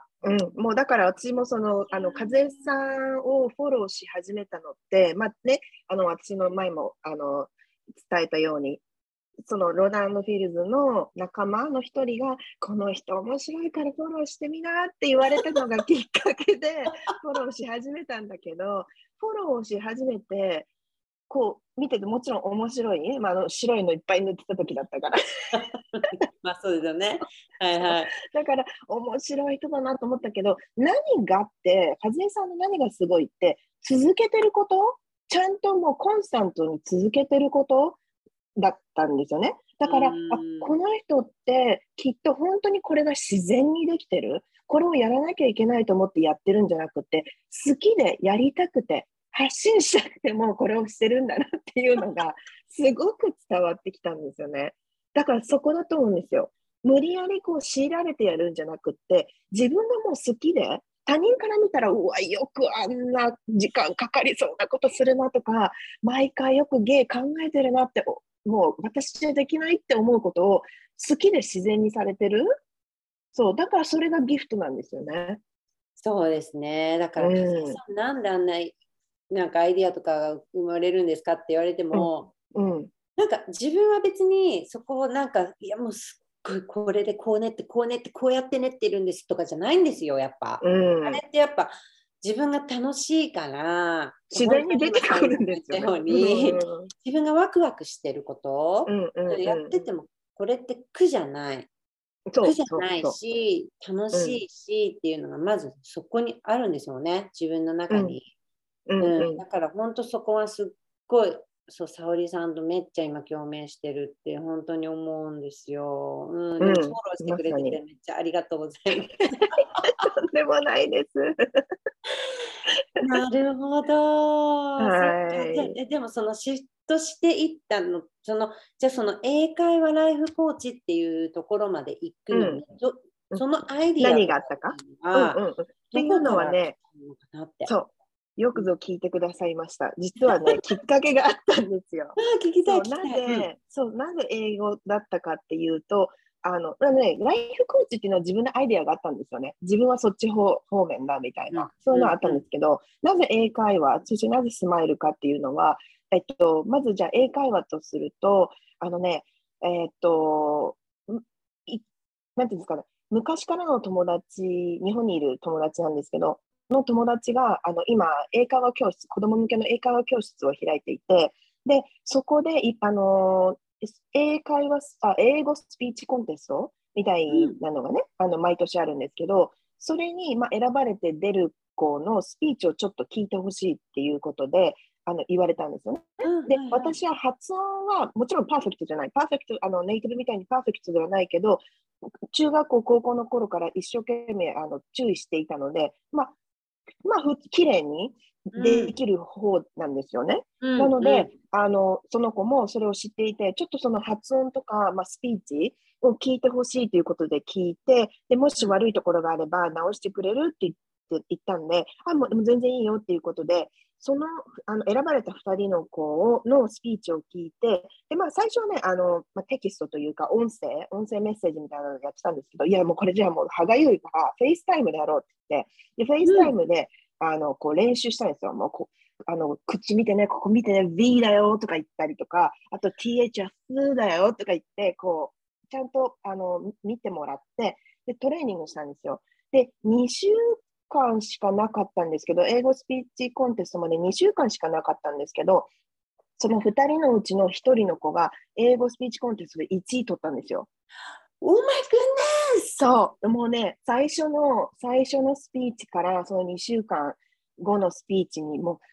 うん、もうだから私も風さんをフォローし始めたのって、まあね、私の前も伝えたように、そのロダンド・フィールズの仲間の一人が、この人面白いからフォローしてみなって言われたのがきっかけでフォローし始めたんだけど、フォローし始めて、こう見ててもちろん面白いね、白いのいっぱい塗ってた時だったからまあそうですよね。はいそうはい。 だから面白い人だなと思ったけど、何がって、和江さんの何がすごいって、続けてること、ちゃんともうコンスタントに続けてることだったんですよね。だうから、 ーん。 この人ってきっと本当にこれが自然にできてる。これをやらなきゃいけないと思ってやってるんじゃなくて、好きでやりたくて、発信したくてもこれをしてるんだなっていうのが、すごく伝わってきたんですよね。だからそこだと思うんですよ。無理やりこう強いられてやるんじゃなくって、自分がもう好きで、他人から見たら、うわ、よくあんな時間かかりそうなことするなとか、毎回よく芸考えてるなって、もう私じゃできないって思うことを好きで自然にされてる。そう、だからそれがギフトなんですよね。 そうですね。だかうら、和江ん、 さん、なんであんな、なんかアイディアとかが生まれるんですかって言われてうん、 も、 うん、 なんか自分は別にそこをなんか、いやもうすっごいこれでこうねって、こうねって、こうやってねってるんですとかじゃないんですよ、やっぱ。 うん。 あれってやっぱ自分が楽しいから、 自然に本当に今、 出てくる沙織さんがんですよね。 言ったよううに、 ん、 自分がワクワクしてるこうと、 ん、うん、 やっうん。 てても、これって苦じゃない。苦じゃそうそうないそし、楽う。うん、 しいしっていうのがまずそこにあるんですよね、自分のうん、 中に。 うん、 うん、 うん。 だから本当そこはすっごい、そう、沙織さんとめっちゃ今共鳴してるって本当に思うんですよ。うん、でもフォうん、 ローしてくれてまさに。 てめっちゃありがとうございます。 とんでもないです。 なるほど。そっか。 はい。 でもそのシフトしていったの、じゃあその英会話ライフコーチっていうところまで行くうん、 のに、 うん。 そのアイディア何とかがあったか。 っていうのうん、うは、 ん、うん。ってどいうこから来のはね、 たのかなって。 そう。ようん、 くぞ聞いてくださいました。実はね、きっかけがあったんですよ。 ああ、聞きたい、 そう、 聞きたい。うん。 なぜ英語だったかっていうと、ライフコーチっていうのは自分のアイデアがあったんですよね。自分はそっち方面だみたいな、 うん。 そういうのはあったんうん。 ですけど、なぜ英会話、そしてなぜスマイルかっていうのは、まずじゃあ英会話とすると、あのね、えっと、いなんていうんですかね、昔からの友達、日本にいる友達なんですけど、の友達が今、英会話教室、子供向けの英会話教室を開いていて、で、そこで英語スピーチコンテストみたいうん。 なのがね、毎年あるんですけど、それに、選ばれて出る子のスピーチをちょっと聞いてほしいっていうことで、言われたんですよね。 うん。 で、 はいはい。 私は発音はもちろんパーフェクトじゃない。パーフェクト、ネイティブみたいにパーフェクトではないけど、中学校、高校の頃から一生懸命注意していたので、綺麗にうん。 できる方なんですよね。 うん。 なので、 うん。 その子もそれを知っていて、ちょっとその発音とか、スピーチを聞いてほしいということで聞いて、で、もし悪いところがあれば直してくれるって言ったんで、もう全然いいよっていうことで、その、選ばれた2人の子のスピーチを聞いて、で、最初はね、テキストというか、音声メッセージみたいなのをやってたんですけど、いや、もうこれじゃあもう歯がゆいから、フェイスタイムでやろうって言って、で、フェイスタイうん。 ムで、こう練習したんですよ。もう口見てね、ここ見てね、V だよとか言ったりとか、あと TH はスだよとか言って、こう、ちゃんと、見てもらって、で、トレーニングしたんですよ。で、2週間しかなかったんですけど、英語スピーチコンテストまで2週間しかなかったんですけど、その2人のうちの1人の子が英語スピーチコンテストで1位取ったんですよ。 オーマイグッネス。 そう、もうね、最初のスピーチからその2週間後のスピーチにも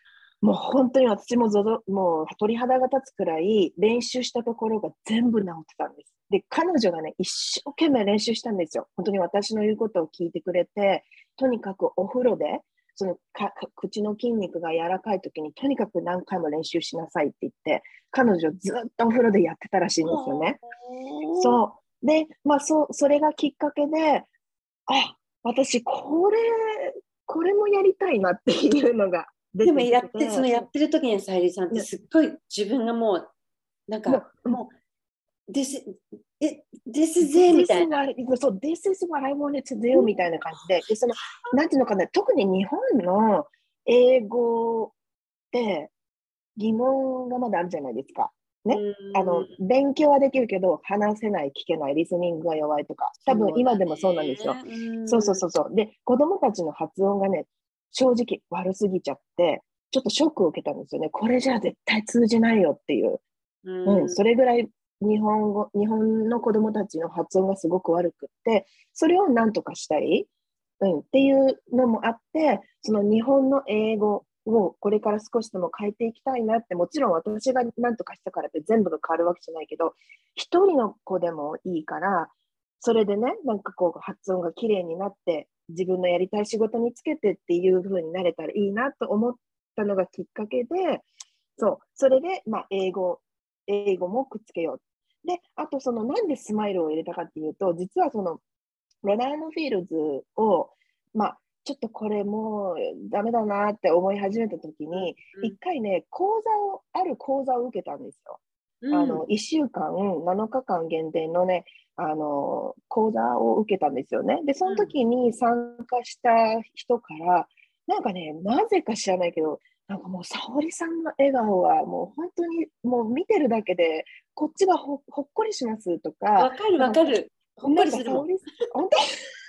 もう本当に私ももう鳥肌が立つくらい練習したところが全部治ってたんです。で、彼女がね、一生懸命練習したんですよ。本当に私の言うことを聞いてくれて、とにかくお風呂で、その口の筋肉が柔らかい時に、とにかく何回も練習しなさいって言って、彼女ずっとお風呂でやってたらしいんですよね。そう。で、まあ、それがきっかけで、あ、私、これもやりたいなっていうのが出でもてきやって、そて、 のやってる時にさゆりさんってね、 すっごい自分がもう、なんか、 ももう、this is it みたいな。 This is what I wanted to do みたいな感じで、で、なんていうのかな、特に日本の英語って疑問がまだあるじゃないですか。ね。勉強はできるけど、話せない、聞けない、リスニングが弱いとか、多分今でもそうなんですよ。そう。で、子供たちの発音がね、正直悪すぎちゃって、ちょっとショックを受けたんですよね。これじゃ絶対通じないよっていう。それぐらい日本の子供たちの発音がすごく悪くって、それを何とかしたい、っていうのもあって、その日本の英語をこれから少しでも変えていきたいなって、もちろん私が何とかしたからって全部が変わるわけじゃないけど、一人の子でもいいから、それでね、なんかこう発音がきれいになって、自分のやりたい仕事につけてっていう風になれたらいいなと思ったのがきっかけで、それで、まあ、英語もくっつけよう。で、あとなんでスマイルを入れたかっていうと、実はロナーノフィールズを、まあ、ちょっとこれもうダメだなって思い始めた時に、一回ね、ある講座を受けたんですよ。1週間、7日間限定のね、講座を受けたんですよね。で、その時に参加した人から、なんかね、なぜか知らないけど、なんかもう、沙織さんの笑顔はもう本当にもう見てるだけで、こっちがほっこりしますとか、 わかる。ほっこりするもん。 本当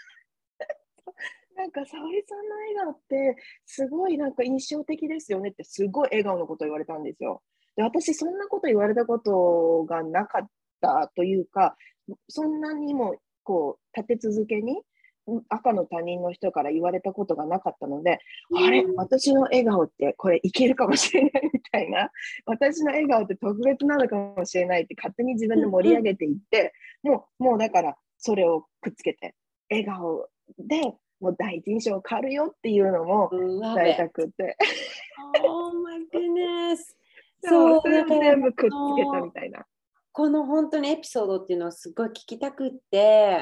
なんか沙織さんの笑顔ってすごいなんか印象的ですよねってすごい笑顔のことを言われたんですよ。で、私そんなこと言われたことがなかったというか、そんなにもこう立て続けに赤の他人の人から言われたことがなかったので、あれ、私の笑顔ってこれいけるかもしれないみたいな、私の笑顔って特別なのかもしれないって勝手に自分で盛り上げていって、もうだからそれをくっつけて、笑顔でもう第一印象変わるよっていうのも伝えたくて。 Oh my goodness。 そう、それを全部くっつけたみたいな。 この本当にエピソードっていうのをすごい聞きたくって、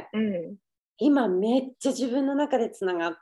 今めっちゃ自分の中でつながった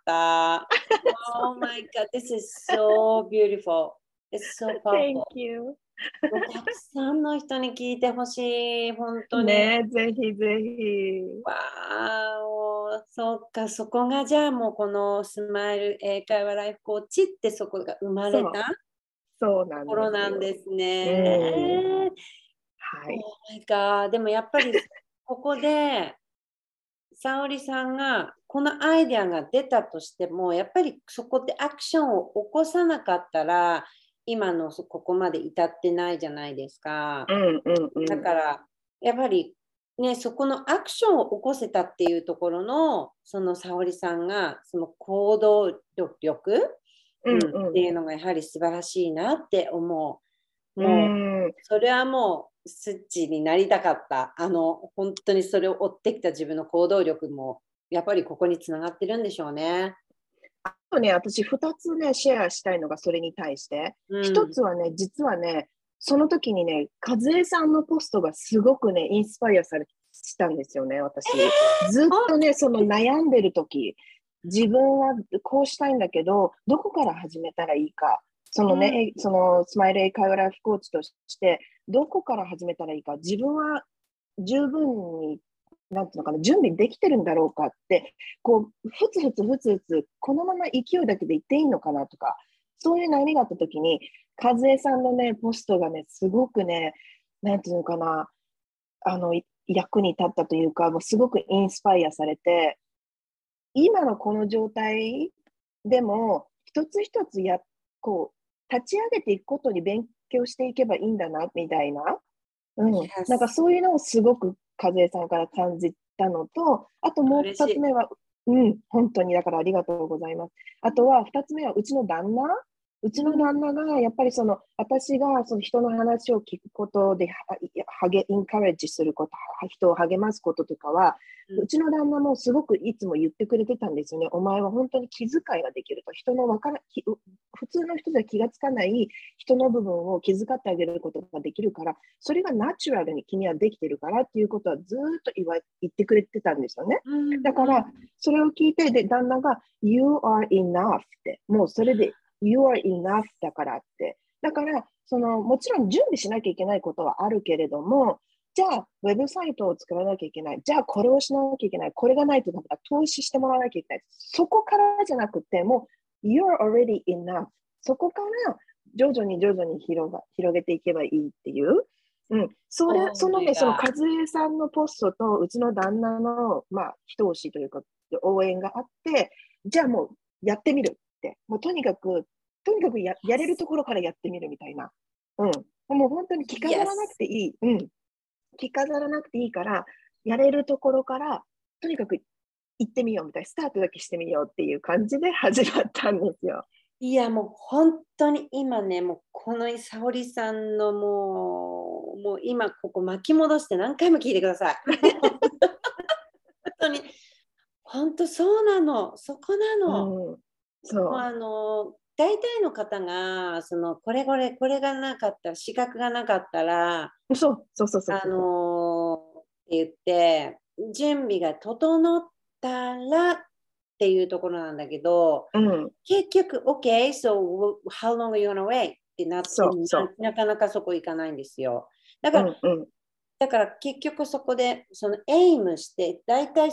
。Oh my God, this is so beautiful. It's so powerful. Thank you. たくさんの人に聞いてほしい、本当に。 ね、ぜひぜひ。 わーお、そっか、そこがじゃあもうこのスマイル英会話ライフコーチってそこが生まれたそうなんですよ。 ところなんですね。 はい。 でもやっぱりここで沙織さんがこのアイデアが出たとしても、やっぱりそこでアクションを起こさなかったら今のここまで至ってないじゃないですか。だからやっぱりね、そこのアクションを起こせたっていうところのその沙織さんがその行動力、っていうのがやはり素晴らしいなって思う。もうそれはもうスッチになりたかった。本当にそれを追ってきた自分の行動力もやっぱりここにつながってるんでしょうね。 あとね、私2つね、シェアしたいのがそれに対して。1つはね、実はね、その時にね、和江さんのポストがすごくね、インスパイアしたんですよね、私。ずっとね、その悩んでる時、自分はこうしたいんだけど、どこから始めたらいいか。そのスマイル英会話ライフコーチとして、どこから始めたらいいか、自分は十分に、なんていうのかな、準備できてるんだろうかって、こう、ふつふつ、このまま勢いだけでいっていいのかなとか、そういう悩みがあったときに、和江さんのね、ポストがね、すごくね、なんていうのかな、役に立ったというか、もうすごくインスパイアされて、今のこの状態でも、一つ一つこう、立ち上げていくことに勉強していけばいいんだな、みたいな。なんかそういうのをすごく和江さんから感じたのと、あともう2つ目は、本当にだからありがとうございます。あとは2つ目は、うちの旦那うちの旦那がやっぱり私がその人の話を聞くことでインカレッジすること、人を励ますこととかは、うちの旦那もすごくいつも言ってくれてたんですよね。お前は本当に気遣いができると。普通の人じゃ気がつかない人の部分を気遣ってあげることができるから、それがナチュラルに君はできてるからっていうことはずっと言ってくれてたんですよね。だから、それを聞いて、で、旦那が You are enough って、もうそれでYou are enough だからって。だから、もちろん準備しなきゃいけないことはあるけれども、じゃあ、ウェブサイトを作らなきゃいけない。じゃあ、これをしなきゃいけない。これがないとダメだ。投資してもらわなきゃいけない。そこからじゃなくて、もう、You're already enough。そこから徐々に広げていけばいいっていう。そのね、和江さんのポストと、うちの旦那の、一押しというか、応援があって、じゃあもう、やってみる。もうとにかくやれるところからやってみるみたいな。もう本当に着飾らなくていい。着飾らなくていいから、やれるところから、とにかく行ってみようみたいな、スタートだけしてみようっていう感じで始まったんですよ。 いや、もう本当に今ね、もうこの沙織さんのもう今ここ巻き戻して何回も聞いてください。本当そうなの、そこなの。大体の方がこれがなかったら、資格がなかったら、って言って準備が整ったらっていうところなんだけど、結局 OK, so how long are you gonna wait? ってなってなかなかそこ行かないんですよ。だから結局そこでエイムして、大体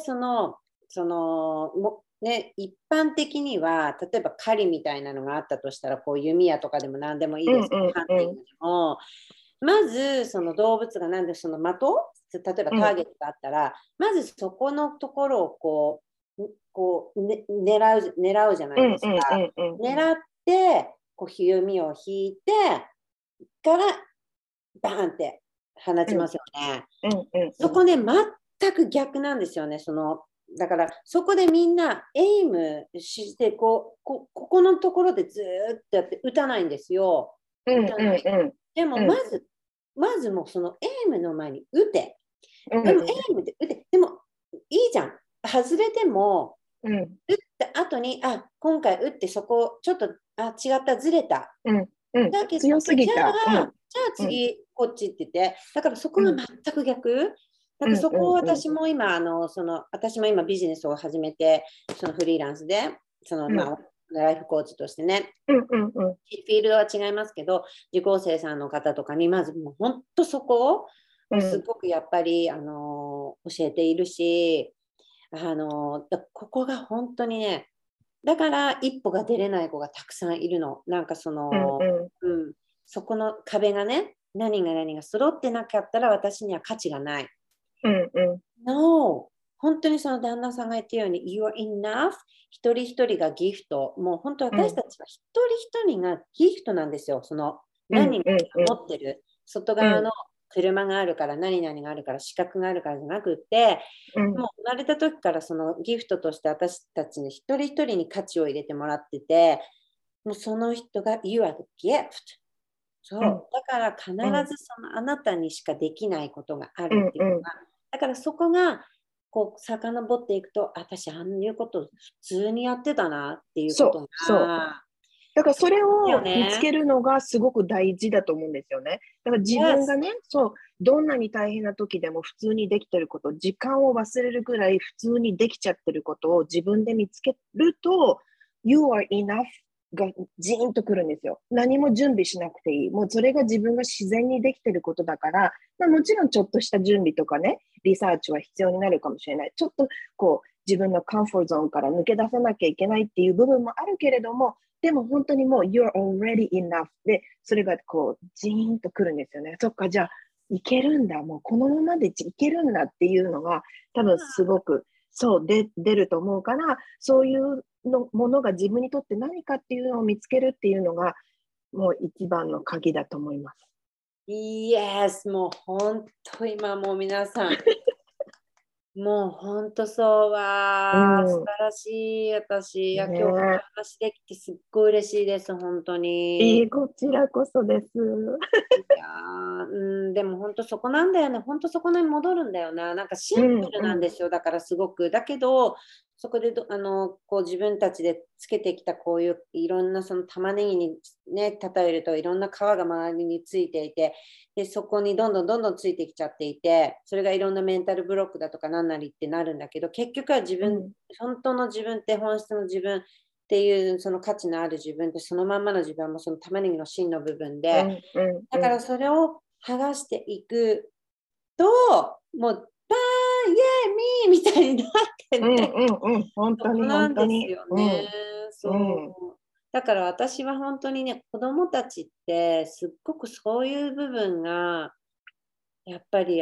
ね、一般的には例えば狩りみたいなのがあったとしたら、こう弓矢とかでも何でもいいですけど、ハンティングでもまず動物がなんで的、例えばターゲットがあったら、まずそこのところを狙うじゃないですか。狙って弓を引いてからバーンって放ちますよね。そこね、全く逆なんですよね。だからそこでみんなエイムしてここのところでずっとやって打たないんですよ。でもまずもうエイムの前に打て。でもエイムで打て。でもいいじゃん。外れても、打った後に今回打ってそこちょっと違ったずれた。だけど強すぎた。 じゃあ次こっちって言って、だからそこが全く逆。だからそこを私も今ビジネスを始めて、フリーランスでライフコーチとしてね、フィールドは違いますけど、受講生さんの方とかにまずもう本当そこをすごくやっぱり教えているし、ここが本当にね、だから一歩が出れない子がたくさんいるの。なんかそこの壁がね、何が揃ってなかったら私には価値がない。No、本当に旦那さんが言ったように You are enough、 一人一人がギフト。もう本当私たちは一人一人がギフトなんですよ。何々が持ってる外側の車があるから、何々があるから、資格があるからじゃなくて、もう生まれた時からギフトとして私たちに一人一人に価値を入れてもらってて、もうその人が You are the gift。そう、だから必ずあなたにしかできないことがあるっていうのが、だからそこが遡っていくと、私あんなこと普通にやってたなっていうことが、 だからそれを見つけるのがすごく大事だと思うんですよね。だから自分がね、どんなに大変な時でも普通にできてること、時間を忘れるぐらい普通にできちゃってることを自分で見つけると、You are enoughがジーンとくるんですよ。何も準備しなくていい。もうそれが自分が自然にできてることだから、もちろんちょっとした準備とかね、リサーチは必要になるかもしれない。ちょっと自分のカンフォートゾーンから抜け出さなきゃいけないっていう部分もあるけれども、でも本当にもう You're already enough で、それがジーンとくるんですよね。そっか、じゃあいけるんだ。もうこのままでいけるんだっていうのが多分すごく出ると思うから、そういうものが自分にとって何かっていうのを見つけるっていうのがもう一番の鍵だと思います。 Yes、もう本当今もう皆さんもう本当そうわ、素晴らしい。私、今日この話できてすっごい嬉しいです、本当に。 こちらこそです。 いやでも本当そこなんだよね。本当そこに戻るんだよな。なんかシンプルなんですよ。だからすごく。だけど、そこでこう自分たちでつけてきたこういういろんなその玉ねぎにね、例えるといろんな皮が周りについていて、で、そこにどんどんついてきちゃっていて、それがいろんなメンタルブロックだとか何なりってなるんだけど、結局は本当の自分って本質の自分っていうその価値のある自分ってそのまんまの自分はもうその玉ねぎの芯の部分で、だからそれを剥がしていくと、もうバーンイエーミーみたいになってね。 本当になんですよね。そう。だから私は本当にね、子供たちってすっごくそういう部分がやっぱり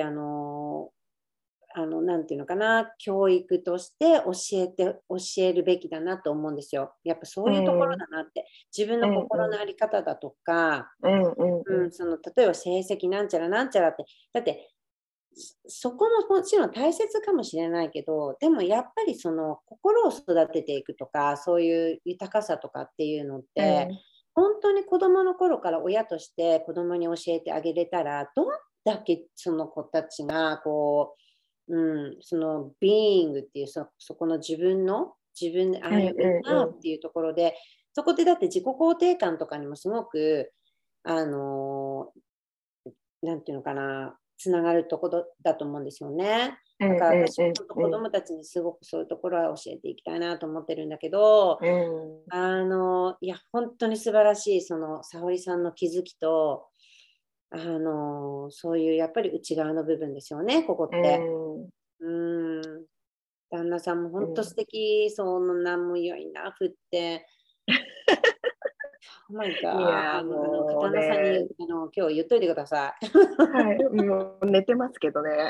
なんていうのかな、教育として教えるべきだなと思うんですよ。やっぱそういうところだなって。自分の心の在り方だとか、例えば成績なんちゃらなんちゃらって。だって、そこももちろん大切かもしれないけど、でもやっぱりその心を育てていくとか、そういう豊かさとかっていうのって、本当に子供の頃から親として子供に教えてあげれたら、どんだけその子たちがこう、そのビーイングっていうそこの自分で歩むなっていうところで、そこでだって自己肯定感とかにもすごくなんていうのかな、つながるところだと思うんですよね。だから私も子供たちにすごくそういうところは教えていきたいなと思ってるんだけど、いや、本当に素晴らしい、その沙織さんの気づきと、そういうやっぱり内側の部分ですよね、ここって。旦那さんも本当素敵、そんなも良いな、振って。Oh my God。 いやもう旦那さんに今日言っといてください。 はい、もう寝てますけどね。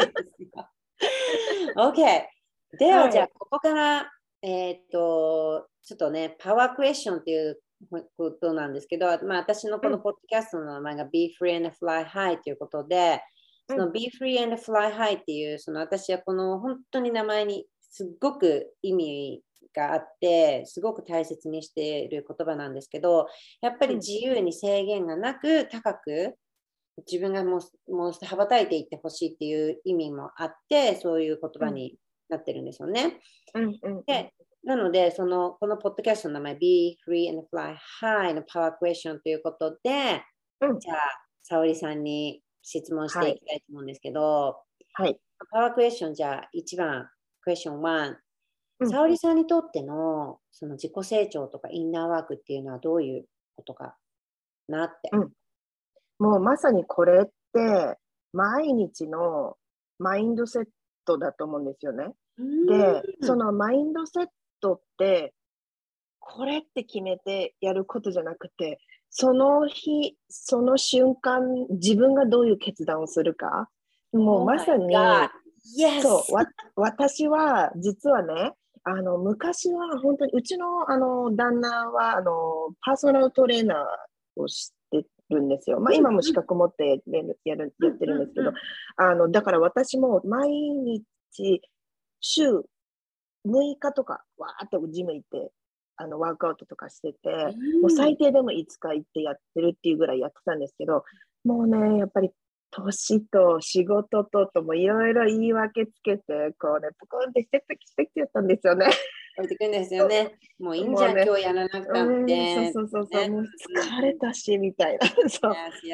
OK。では、じゃあ、ここから、ちょっとね、パワークエスチョンっていうことなんですけど、まあ、私のこのポッドキャストの名前が Be Free and Fly High ということで、その Be Free and Fly High っていう、その私はこの本当に名前にすっごく意味があって、すごく大切にしている言葉なんですけど、やっぱり自由に制限がなく高く、自分がもう羽ばたいていってほしいっていう意味もあって、そういう言葉になってるんですよね。でなので、このポッドキャストの名前、Be Free and Fly High のパワークエスチョンということで、じゃあ、沙織さんに質問していきたいと思うんですけど、パワークエスチョン、じゃあ、1番、クエスチョン1。沙織さんにとってのその自己成長とかインナーワークっていうのはどういうことかなって。 もうまさにこれって毎日のマインドセットだと思うんですよね。で、そのマインドセットってこれって決めてやることじゃなくて、その日、その瞬間、自分がどういう決断をするか。もうまさに、そう、私は実はね、昔は本当にうちの旦那はパーソナルトレーナーをしてるんですよ。まあ、今も資格持ってやってるんですけど、だから私も毎日週6日とかわーっとジム行ってワークアウトとかしてて、もう最低でも5日行ってやってるっていうぐらいやってたんですけど、もうね、やっぱり年と仕事ともいろいろ言い訳つけて、こうね、ポコンってしてきちゃったんですよね。 置いてくるんですよね。もういいんじゃん、今日やらなくたって。 そう、もう疲れたし、みたいな。そう。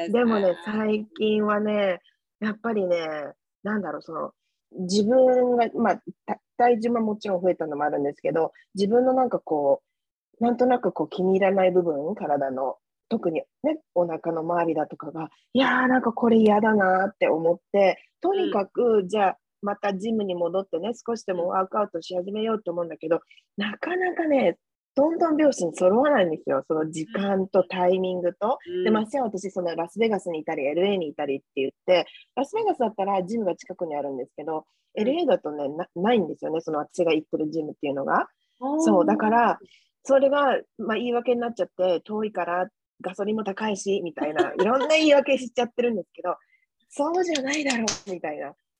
でもね、最近はね、やっぱりね、なんだろう、自分が、まあ、体重ももちろん増えたのもあるんですけど、自分のなんかこう、なんとなくこう気に入らない部分、体の、特にね、お腹の周りだとかが、いやーなんかこれ嫌だなって思って、とにかく、じゃあ、またジムに戻ってね、少しでもワークアウトし始めようと思うんだけど、なかなかね、どんどん拍子に揃わないんですよ。その時間とタイミングと。で、ましてや私、ラスベガスにいたり、LA にいたりって言って、ラスベガスだったらジムが近くにあるんですけど、LA だとね、ないんですよね。その私が行ってるジムっていうのが。そう、だから、それが、まあ、言い訳になっちゃって、遠いからガソリンも高いし、みたいな、いろんな言い訳しちゃってるんですけど、そうじゃないだろう、みたいな。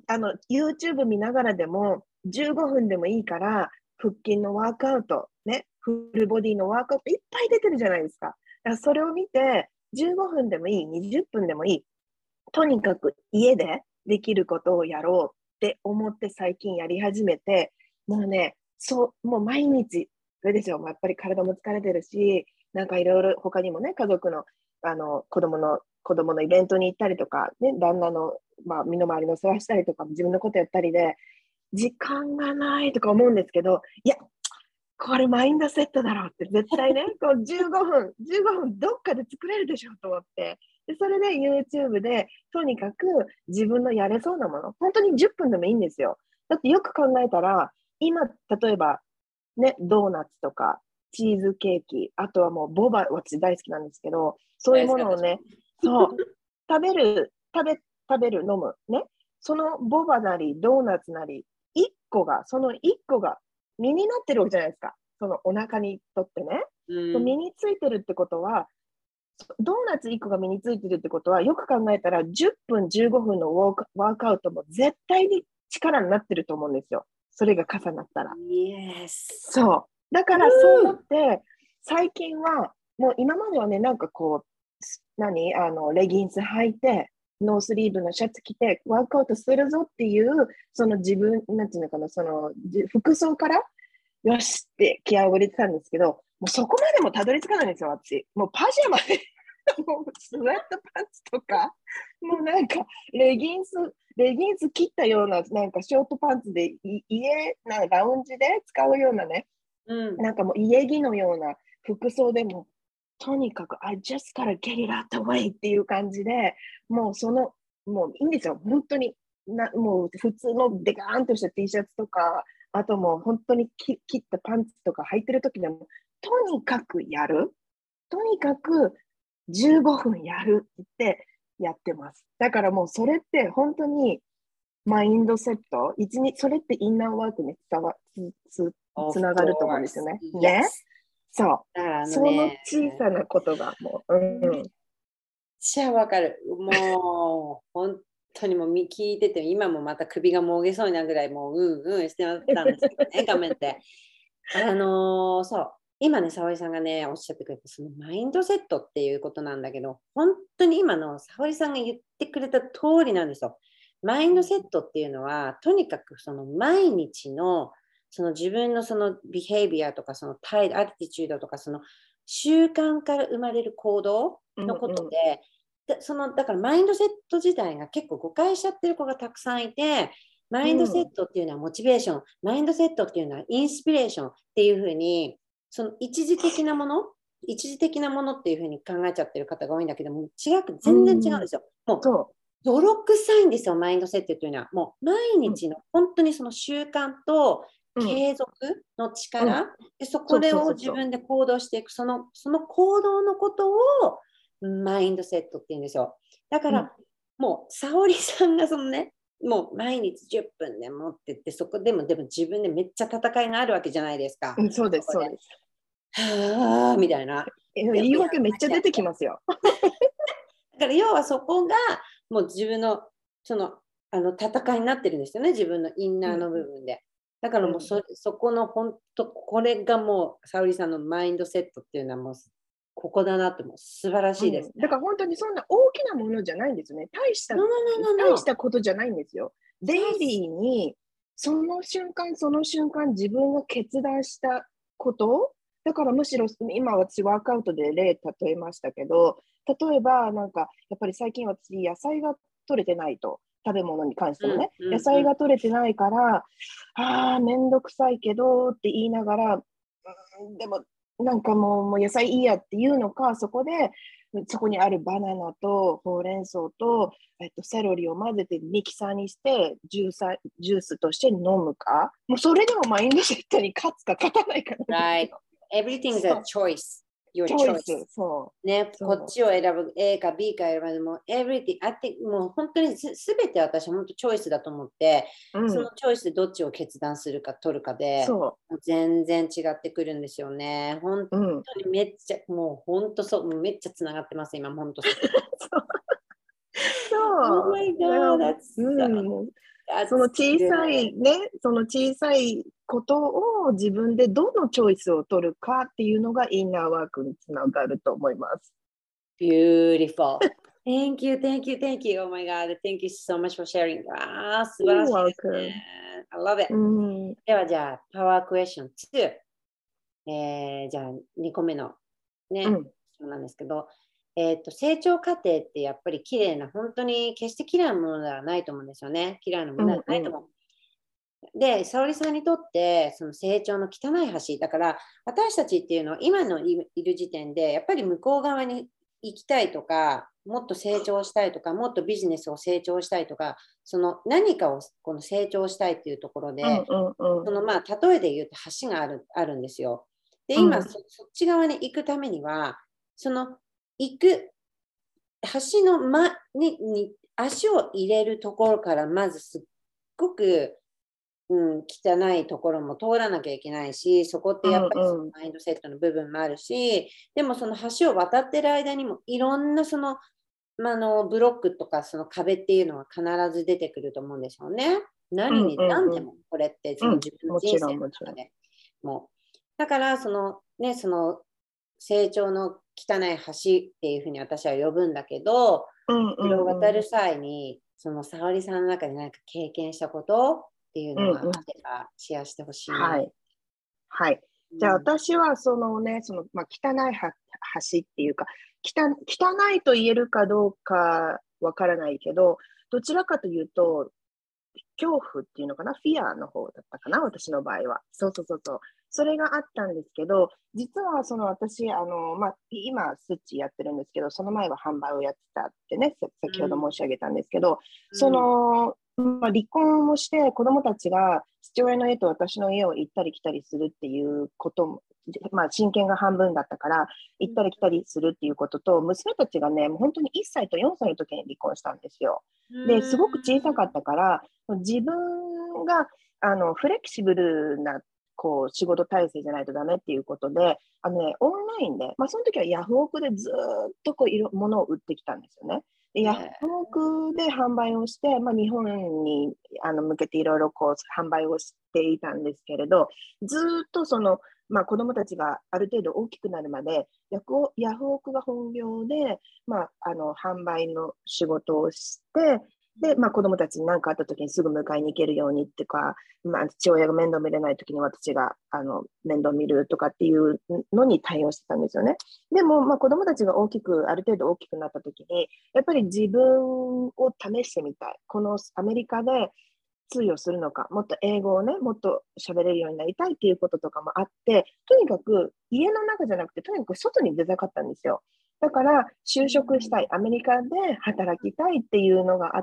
YouTube 見ながらでも15分でもいいから、腹筋のワークアウト、ね、フルボディのワークアウトいっぱい出てるじゃないですか。だからそれを見て、15分でもいい、20分でもいい。とにかく家でできることをやろうって思って最近やり始めて、もうね、もう毎日、それですよ。やっぱり体も疲れてるし、なんかいろいろ他にもね、家族の、子供のイベントに行ったりとか、ね、旦那の、身の回りの世話したりとか、自分のことやったりで、時間がないとか思うんですけど、いや、これマインドセットだろうって絶対ね、こう15分どっかで作れるでしょと思って、でそれで YouTube でとにかく自分のやれそうなもの、本当に10分でもいいんですよ。だってよく考えたら、今、例えばね、ドーナツとかチーズケーキ、あとはもうボバ、私大好きなんですけど、そういうものをね、そう、食べる、飲む、ね、そのボバなりドーナツなり、その1個が身になってるわけじゃないですか。そのお腹にとってね。身についてるってことは、ドーナツ1個が身についてるってことは、よく考えたら10分、15分のワークアウトも絶対に力になってると思うんですよ。それが重なったら。 Yes. そう。だからそう思って、最近は、もう今まではね、なんかこう、レギンス履いて、ノースリーブのシャツ着て、ワークアウトするぞっていう、その自分、なんていうのかな、その服装から、よしって気合を入れてたんですけど、もうそこまでもたどり着かないんですよ、私。もうパジャマでもうスウェットパンツとか、もうなんかレギンス切ったような、なんかショートパンツでラウンジで使うようなね、なんかもう家着のような服装でも、とにかく、I just gotta get it out the way っていう感じで、もういいんですよ。本当に、もう普通のデカーンとした T シャツとか、あともう本当に切ったパンツとか履いてる時でも、とにかくやる。とにかく15分やるってやってます。だからもうそれって本当にマインドセット、それってインナーワークにつながると思うんですよね。ね。そう。その小さなことがもう、 めっちゃわかる。もう本当にもう聞いてて、今もまた首がもげそうなぐらいもうしてたんですけどね、画面で。そう。今ね、沙織さんがね、おっしゃってくれたそのマインドセットっていうことなんだけど、本当に今の沙織さんが言ってくれた通りなんですよ。マインドセットっていうのは、とにかくその毎日のその自分のそのビヘイビアとかそのアティチュードとかその習慣から生まれる行動のことで、だからマインドセット自体が結構誤解しちゃってる子がたくさんいて、マインドセットっていうのはモチベーション、マインドセットっていうのはインスピレーションっていうふうに、その一時的なものっていうふうに考えちゃってる方が多いんだけども、全然違うんですよ。もう泥臭いんですよ、マインドセットというのは。もう毎日の本当にその習慣と継続の力、でそこを自分で行動していく、その行動のことをマインドセットって言うんですよ。だから、もう沙織さんがそのね、もう毎日10分でもって言って、そこでも自分でめっちゃ戦いがあるわけじゃないですか。 そうです、そうです。 はぁみたいな。 言い訳めっちゃ出てきますよ。 だから要はそこがもう自分の戦いになってるんですよね、自分のインナーの部分で。だからもうそこの本当、これがもう沙織さんのマインドセットっていうのはもうここだなってもう素晴らしいです、 だから本当にそんな大きなものじゃないんですよね。大したことじゃないんですよ。デイリーにその瞬間自分が決断したこと、だからむしろ今私ワークアウトで例えましたけど、例えばなんかやっぱり最近私野菜が取れてないと、食べ物に関してもね、野菜が取れてないからめんどくさいけどって言いながら、でもなんかもう野菜いいやっていうのか、そこにあるバナナとほうれん草と、セロリを混ぜてミキサーにしてジュースとして飲むか、もうそれでもマインドセットに勝つか勝たないかな。 Right. Everything is a choice. Your choice. ね、こっちを選ぶ、A か B か選ぶ、もう everything. I think もう本当にすべて私本当チョイスだと思って、そのチョイスでどっちを決断するか取るかで、全然違ってくるんですよね。本当にめっちゃ、もう本当そう、めっちゃつながってます、今、本当そう。 そう。 Oh my God, that's その小さいね、その小さいことを自分でどのチョイスを取るかっていうのがインナーワークにつながると思います。 Beautiful. Thank you, thank you, thank you. Oh my God. Thank you so much for sharing. 素晴らしいですね。I love it. ではじゃあ、パワークエスチョン2。じゃあ、2個目のね、そうなんですけど、成長過程ってやっぱり綺麗な、本当に決して嫌いなものではないと思うんですよね。嫌いなものではないと思う。で、沙織さんにとってその成長の汚い橋だから私たちっていうのは今のいる時点でやっぱり向こう側に行きたいとかもっと成長したいとかもっとビジネスを成長したいとかその何かをこの成長したいっていうところで、そのまあ例えで言うと橋があるんですよ。で今、そっち側に行くためにはその行く橋の間に足を入れるところからまずすっごく汚いところも通らなきゃいけないし、そこってやっぱりそのマインドセットの部分もあるし、でもその橋を渡ってる間にもいろんなその、ブロックとかその壁っていうのは必ず出てくると思うんですよね。何でもこれって自分の人生の中でも。だからその成長の汚い橋っていうふうに私は呼ぶんだけど、それを渡る際にその沙織さんの中で何か経験したことっていうのがあればシェアしてほしいな。 はい。はい。じゃあ私はそのね、汚い橋っていうか、汚いと言えるかどうかわからないけど、どちらかというと、恐怖っていうのかな、フィアの方だったかな、私の場合は。そう。それがあったんですけど、実はその私、今、スッチやってるんですけど、その前は販売をやってたってね、先ほど申し上げたんですけど、離婚をして子供たちが父親の家と私の家を行ったり来たりするっていうことも、親権が半分だったから行ったり来たりするっていうことと、娘たちがねもう本当に1歳と4歳の時に離婚したんですよ。ですごく小さかったから自分がフレキシブルな仕事体制じゃないとダメっていうことでオンラインで、その時はヤフオクでずっと物を売ってきたんですよね。でヤフオクで販売をして、日本に向けていろいろ販売をしていたんですけれど、ずっと子供たちがある程度大きくなるまでヤフオクが本業で、販売の仕事をして、で、子供たちに何かあった時にすぐ迎えに行けるようにっていうか、父親が面倒見れない時に私が面倒見るとかっていうのに対応してたんですよね。でも、子供たちがある程度大きくなった時に、やっぱり自分を試してみたい。このアメリカで通用するのか、もっと英語をね、もっと喋れるようになりたいっていうこととかもあって、とにかく家の中じゃなくて、とにかく外に出たかったんですよ。だから就職したい、アメリカで働きたいっていうのがあって、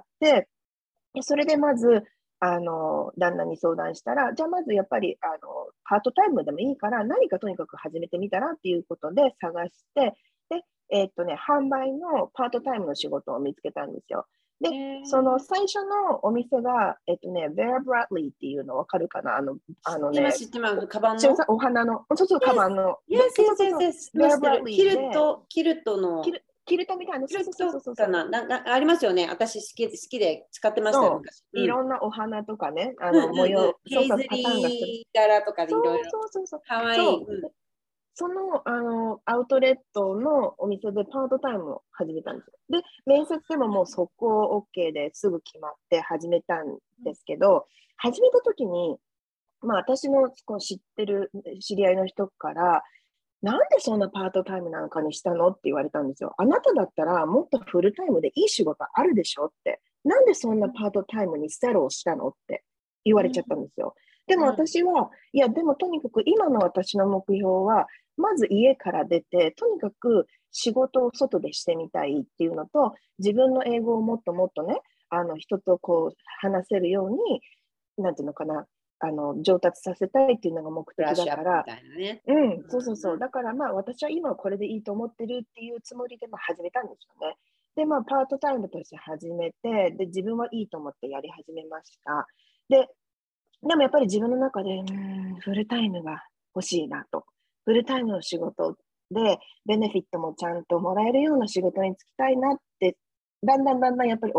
それでまず旦那に相談したら、じゃあまずやっぱりパートタイムでもいいから何かとにかく始めてみたらっていうことで探して、で、販売のパートタイムの仕事を見つけたんですよ。で、その最初のお店が、ベア・ブラッドリーっていうの分かるかな、 知ってます。カバンのお花の、カバンの。 ベア・ブラッドリー。キルトの。 キルトみたいな、 ありますよね。私好きで使ってましたよ。 いろんなお花とかね、模様、 ペイズリー柄とかでいろいろ。かわいい。 その、アウトレットのお店でパートタイムを始めたんですよ。で、面接でももう速攻 OK ですぐ決まって始めたんですけど、始めた時に、私の知ってる知り合いの人から、なんでそんなパートタイムなんかにしたのって言われたんですよ。あなただったらもっとフルタイムでいい仕事あるでしょって。なんでそんなパートタイムにセロをしたのって言われちゃったんですよ。でも私は、いや、でもとにかく今の私の目標は、まず家から出て、とにかく仕事を外でしてみたいっていうのと、自分の英語をもっともっとね、人と話せるように、なんていうのかな、上達させたいっていうのが目的だから、そう。だから私は今はこれでいいと思ってるっていうつもりで始めたんですよね。で、パートタイムとして始めて、で、自分はいいと思ってやり始めました。でもやっぱり自分の中で、フルタイムが欲しいなと。フルタイムの仕事で、ベネフィットもちゃんともらえるような仕事に就きたいなって、だんだんやっぱり思っ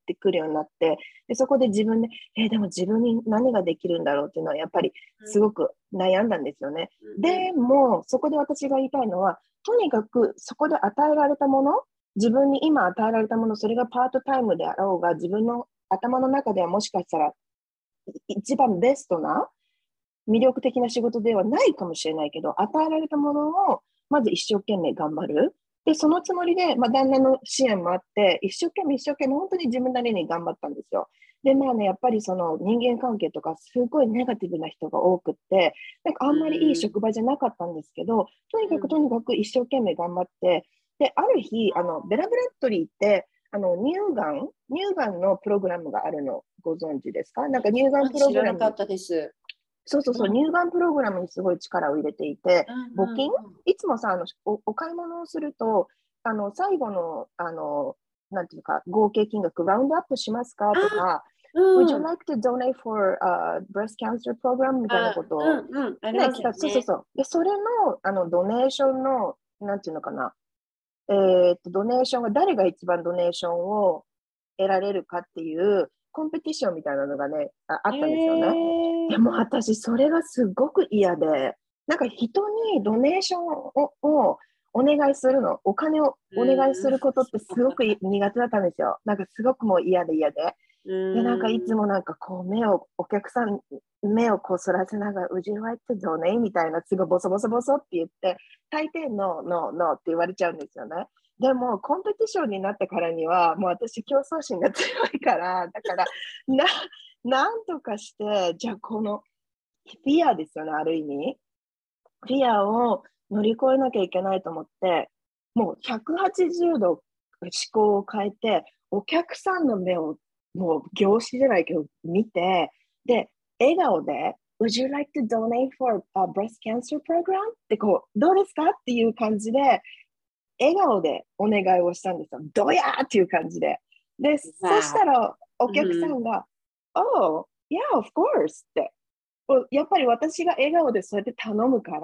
ってくるようになって、でそこで自分で、でも自分に何ができるんだろうっていうのはやっぱりすごく悩んだんですよね。でも、そこで私が言いたいのは、とにかくそこで与えられたもの、自分に今与えられたもの、それがパートタイムであろうが、自分の頭の中ではもしかしたら一番ベストな魅力的な仕事ではないかもしれないけど、与えられたものをまず一生懸命頑張る。で、そのつもりで、旦那の支援もあって、一生懸命本当に自分なりに頑張ったんですよ。で、やっぱりその人間関係とかすごいネガティブな人が多くって、なんかあんまりいい職場じゃなかったんですけど、とにかく一生懸命頑張って、で、ある日、ベラブレットリーって、乳がんのプログラムがあるのご存知ですか？なんか乳がんプログラム。 知らなかったです。 そう、乳がんプログラムにすごい力を入れていて、募金、いつもさ、お買い物をすると、最後の、なんていうか、合計金額、ラウンドアップしますかとか、Would you like to donate for breast cancer program? みたいなことを、来た。そう。で、それの、ドネーションの、なんていうのかな、ドネーションが誰が一番ドネーションを得られるかっていうコンペティションみたいなのがね、あったんですよね。でも私、それがすごく嫌で、なんか人にドネーションをお願いするの、お金をお願いすることってすごく苦手だったんですよ。なんかすごくもう嫌で。で、なんかいつもなんかこうお客さん、目をこすらせながら、Would you like to donate? みたいな、すごいボソって言って、大抵ノーって言われちゃうんですよね。でも、コンペティションになってからには、もう私競争心が強いから、だから、なんとかして、じゃあこのフィアですよね、ある意味。フィアを乗り越えなきゃいけないと思って、もう180度思考を変えて、お客さんの目をもう業種じゃないけど見て、で、笑顔で、Would you like to donate for a breast cancer program? ってこう、どうですかっていう感じで、笑顔でお願いをしたんですよ。どやーっていう感じで。で、そしたらお客さんが、Oh, yeah, of course って。やっぱり私が笑顔でそうやって頼むから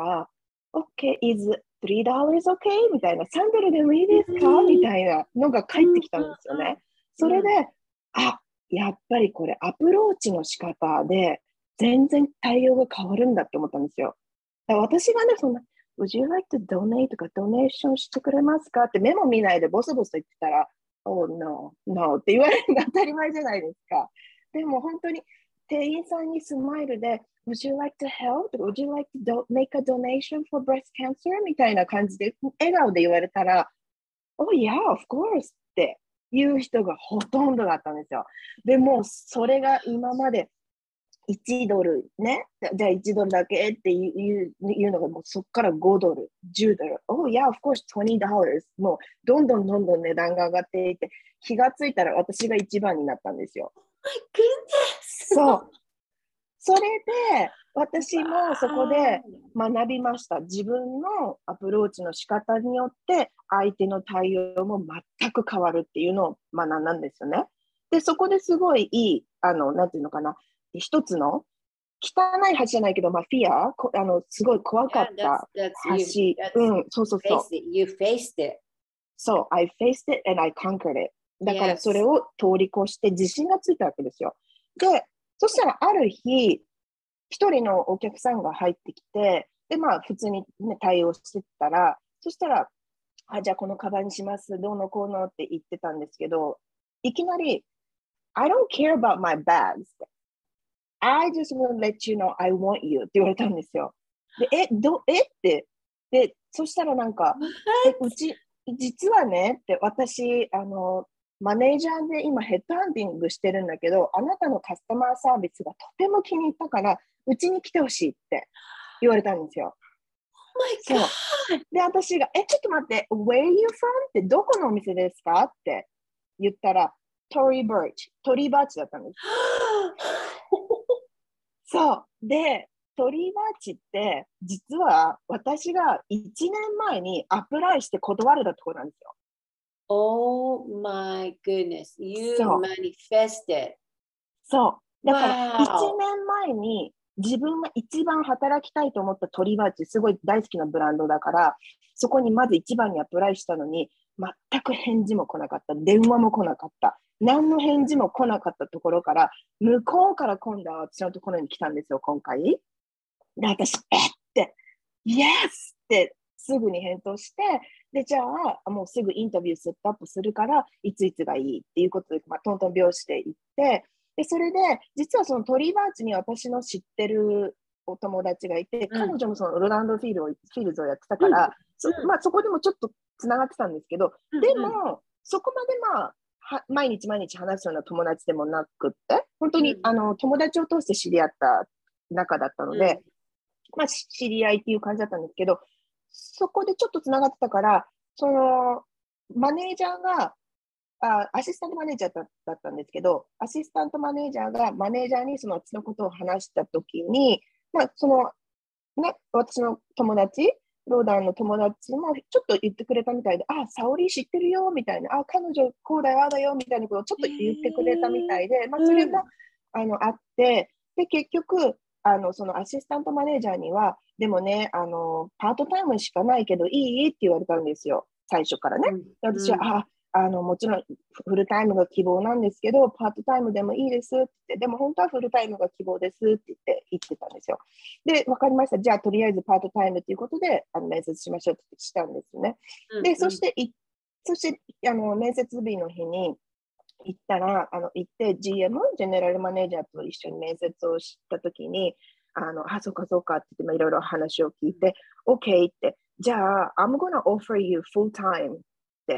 、OK, is $3 okay? みたいな、$3でもいいですかみたいなのが返ってきたんですよね。それで、やっぱりこれアプローチの仕方で全然対応が変わるんだって思ったんですよ。だから私がね、そんな、Would you like to donate とかドネーションしてくれますかってメモ見ないでボソボソ言ってたら、Oh, no って言われるのが当たり前じゃないですか。でも本当に店員さんにスマイルで、Would you like to help? Would you like to make a donation for breast cancer? みたいな感じで、笑顔で言われたら、Oh yeah, of course っていう人がほとんどだったんですよ。でも、それが今まで1ドルね、じゃあ1ドルだけっていうのがもうそこから5ドル、10ドル、Oh yeah, of course $20。もうどんどん値段が上がっていって、気がついたら私が一番になったんですよ。そう。それで、私もそこで学びました。自分のアプローチの仕方によって、相手の対応も全く変わるっていうのを学んだんですよね。で、そこですごいいい、なんていうのかな、一つの、汚い橋じゃないけど、フィア、すごい怖かった橋。そう。 You faced it. So, I faced it and I conquered it. だからそれを通り越して自信がついたわけですよ。で、そしたらある日、一人のお客さんが入ってきて、で、普通に、ね、対応してたら、そしたら、じゃあこのカバンにします、どうのこうのって言ってたんですけど、いきなり、I don't care about my bags. I just want to let you know I want you って言われたんですよ。で、って。で、そしたらなんか、実はねって、私、マネージャーで今ヘッドハンティングしてるんだけど、あなたのカスタマーサービスがとても気に入ったから、うちに来てほしいって言われたんですよ。 Oh my God! で、私が、ちょっと待って、Where are you from? ってどこのお店ですかって言ったら、トリーバーチだったんです。そう。で、トリーバーチって、実は私が1年前にアプライして断れたところなんですよ。 Oh my goodness, you manifested. そう。だから1年前に自分が一番働きたいと思ったトリバーチ、すごい大好きなブランドだから、そこにまず一番にアプライしたのに、全く返事も来なかった。電話も来なかった。 何の返事も来なかったところから、向こうから今度は私のところに来たんですよ、今回。で、私、って、イエスってすぐに返答して、で、じゃあ、もうすぐインタビューセットアップするから、いついつがいいっていうことで、トントン拍子で行って、で、それで、実はそのトリーバーチに私の知ってるお友達がいて、彼女もそのロランドフィールズをやってたから、そこでもちょっとつながってたんですけど、でも、そこまで毎日毎日話すような友達でもなくって、本当に、友達を通して知り合った仲だったので、知り合いっていう感じだったんですけど、そこでちょっとつながってたから、そのマネージャーが、アシスタントマネージャーだったんですけど、アシスタントマネージャーがマネージャーにその私のことを話したときに、私の友達、ローダンの友達もちょっと言ってくれたみたいで、沙織知ってるよみたいな、彼女こうだよ、だよみたいなことをちょっと言ってくれたみたいで、それもあって、で、結局、そのアシスタントマネージャーには、でもね、パートタイムしかないけどいいって言われたんですよ、最初からね。私は、もちろんフルタイムが希望なんですけど、パートタイムでもいいですって言って、でも本当はフルタイムが希望ですって言ってたんですよ。で、わかりました。じゃあ、とりあえずパートタイムということで、面接しましょうってしたんですね。で、そして面接日の日に行ったら、行って、GM、ジェネラルマネージャーと一緒に面接をしたときに、そうかそうかって言って、いろいろ話を聞いて、OK って、じゃあ、I'm gonna offer you full time って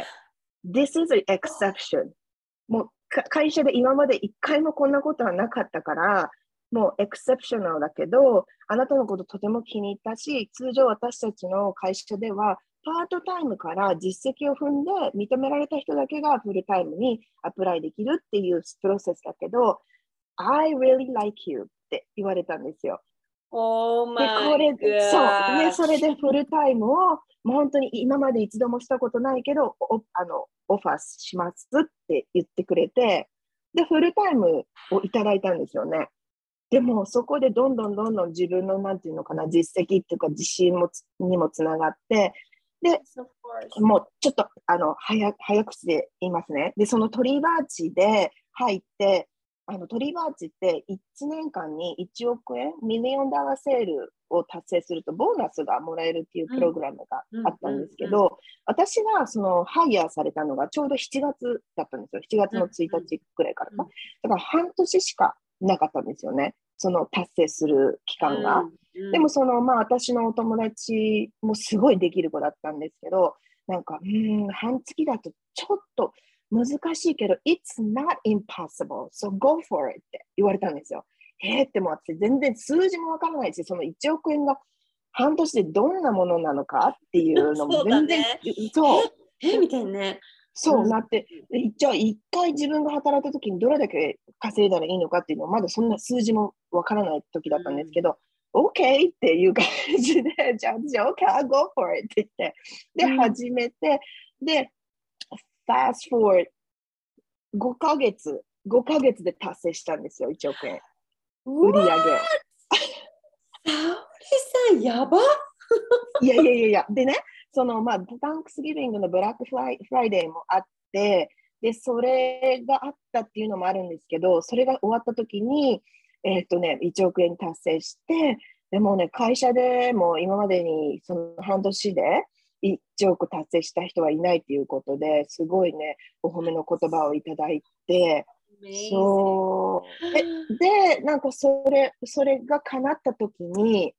。This is an exception. もう会社で今まで一回もこんなことはなかったから、もうエクセプショナルだけど、あなたのこととても気に入ったし、通常私たちの会社では、パートタイムから実績を踏んで認められた人だけがフルタイムにアプライできるっていうプロセスだけど、I really like you って言われたんですよ。 Oh で、これ、そう。で、それでフルタイムを、もう本当に今まで一度もしたことないけど、オファーしますって言ってくれて、で、フルタイムをいただいたんですよね。でも、そこでどんどん自分の、なんていうのかな、実績っていうか自信にもつながって、で、もうちょっと、早口で言いますね。で、そのトリーバーチで入って、トリーバーチって1年間に1億円、ミリオンダラーセールを達成するとボーナスがもらえるっていうプログラムがあったんですけど、私がそのハイヤーされたのがちょうど7月だったんですよ。7月の1日くらいからか。だから半年しかなかったんですよね。その達成する期間が。でも私のお友達もすごいできる子だったんですけど、なんか、半月だとちょっと難しいけど、It's not impossible, so go for it って言われたんですよ。っても私全然数字もわからないし、その1億円が半年でどんなものなのかっていうのも全然、 そうみたいね。 そうなって、じゃあ一回自分が働いた時にどれだけ稼いだらいいのかっていうのはまだそんな数字もわからない時だったんですけど、OK っていう感じで、じゃあ私 OK, I'll go for it って言って、で、始めて、で、fast forward 5ヶ月で達成したんですよ、1億円。売り上げを。 沙織さん、やばいや。でね、タンクスギビングのブラックフライデーもあって、で、それがあったっていうのもあるんですけど、それが終わった時に、1億円達成して、でもね、会社でも今までにその半年で1億達成した人はいないっていうことで、すごいね、お褒めの言葉をいただいて、そうで、なんかそれが叶った時に、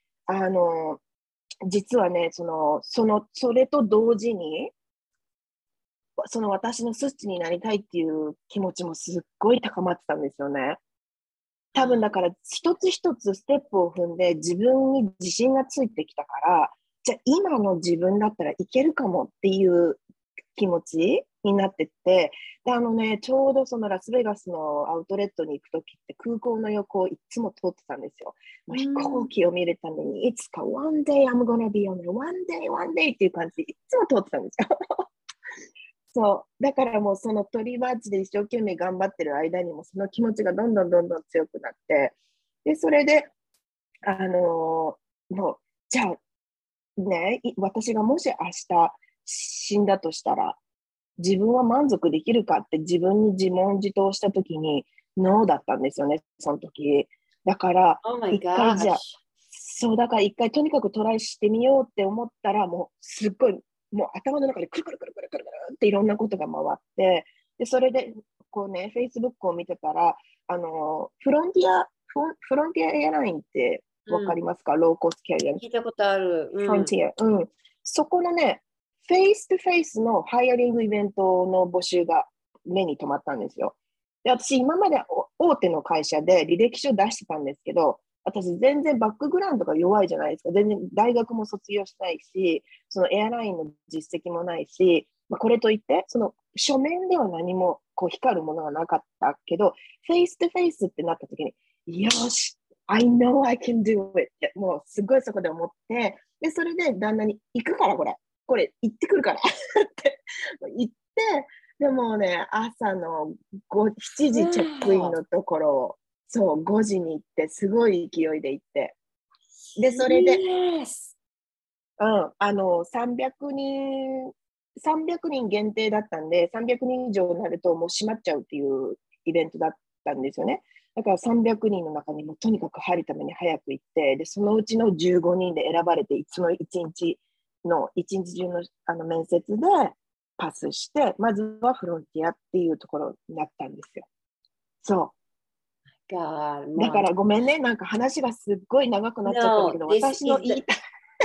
実はね、それと同時に、その私のスッチになりたいっていう気持ちもすっごい高まってたんですよね。多分だから一つ一つステップを踏んで自分に自信がついてきたから、じゃあ今の自分だったらいけるかもっていう気持ちになってって、でちょうどそのラスベガスのアウトレットに行くときって空港の横をいつも通ってたんですよ。もう飛行機を見るために、いつか one day I'm gonna be on it, one day っていう感じでいつも通ってたんですよ。そう。だからもうそのトリバーチで一生懸命頑張ってる間にもその気持ちがどんどん強くなって、で、それで、もう、じゃあ、ね、私がもし明日死んだとしたら、 自分は満足できるかって自分に自問自答したときに、ノーだったんですよね、その時。だから、 Oh my 一回じゃ gosh. あ、そう、だから一回とにかくトライしてみようって思ったら、もうすっごい、もう頭の中でくるくるくるくるくるくるっていろんなことが回って、で、それで、こうね、Facebook を見てたら、フロンティアエアラインってわかりますか、ローコストキャリア。 聞いたことある。 フロンティア。うん。そこのね、フェイストゥフェイスのハイアリングイベントの募集が目に留まったんですよ。で、私、今まで大手の会社で履歴書出してたんですけど、私、全然バックグラウンドが弱いじゃないですか。全然大学も卒業しないし、そのエアラインの実績もないし、まあ、これといって、その書面では何もこう光るものがなかったけど、フェイストゥフェイスってなった時に、よし、I know I can do it って、もうすごいそこで思って、で、それで旦那に行くからこれ行ってくるからって言って、でもね、朝の7時チェックインのところを、そう、5時に行って、すごい勢いで行って、で、それで、 Yes. 300人限定だったんで、300人以上になるともう閉まっちゃうっていうイベントだったんですよね。だから300人の中にもとにかく入るために早く行って、で、そのうちの15人で選ばれて、その一日中の面接でパスして、まずはフロンティアっていうところになったんですよ。そう。 God, だからごめんね、なんか話がすっごい長くなっちゃったんだけど、 No, this 私の is 言い the- たい、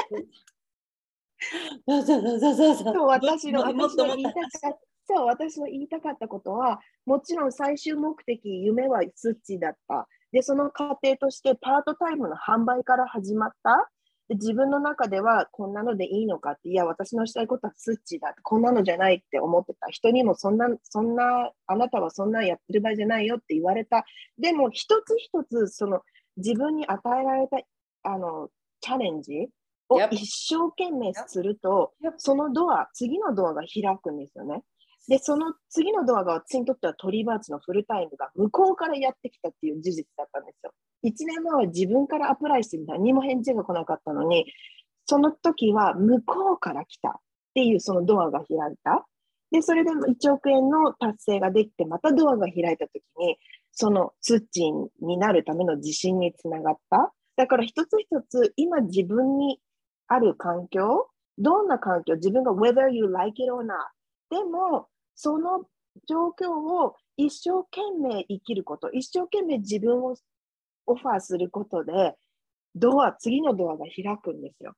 そう。 私のもっともっと言いたかった、そう、私の言いたかったことは、もちろん最終目的、夢はスッチだった。で、その過程としてパートタイムの販売から始まった。で、自分の中ではこんなのでいいのかって、いや、私のしたいことはスッチだ。こんなのじゃないって思ってた。人にもそんな、あなたはそんなやってる場合じゃないよって言われた。でも、一つ一つ、自分に与えられた、チャレンジを Yep. 一生懸命すると、 Yep. その次のドアが開くんですよね。で、その次のドアが私にとってはトリバーチのフルタイムが向こうからやってきたっていう事実だったんですよ。1年前は自分からアプライしてみたら何も返事が来なかったのに、その時は向こうから来たっていうそのドアが開いた。で、それで1億円の達成ができて、またドアが開いた時に、そのスッチンになるための自信につながった。だから一つ一つ今自分にある環境、どんな環境、自分が whether you like it or not。でも、その状況を一生懸命生きること、一生懸命自分をオファーすることで、次のドアが開くんですよ。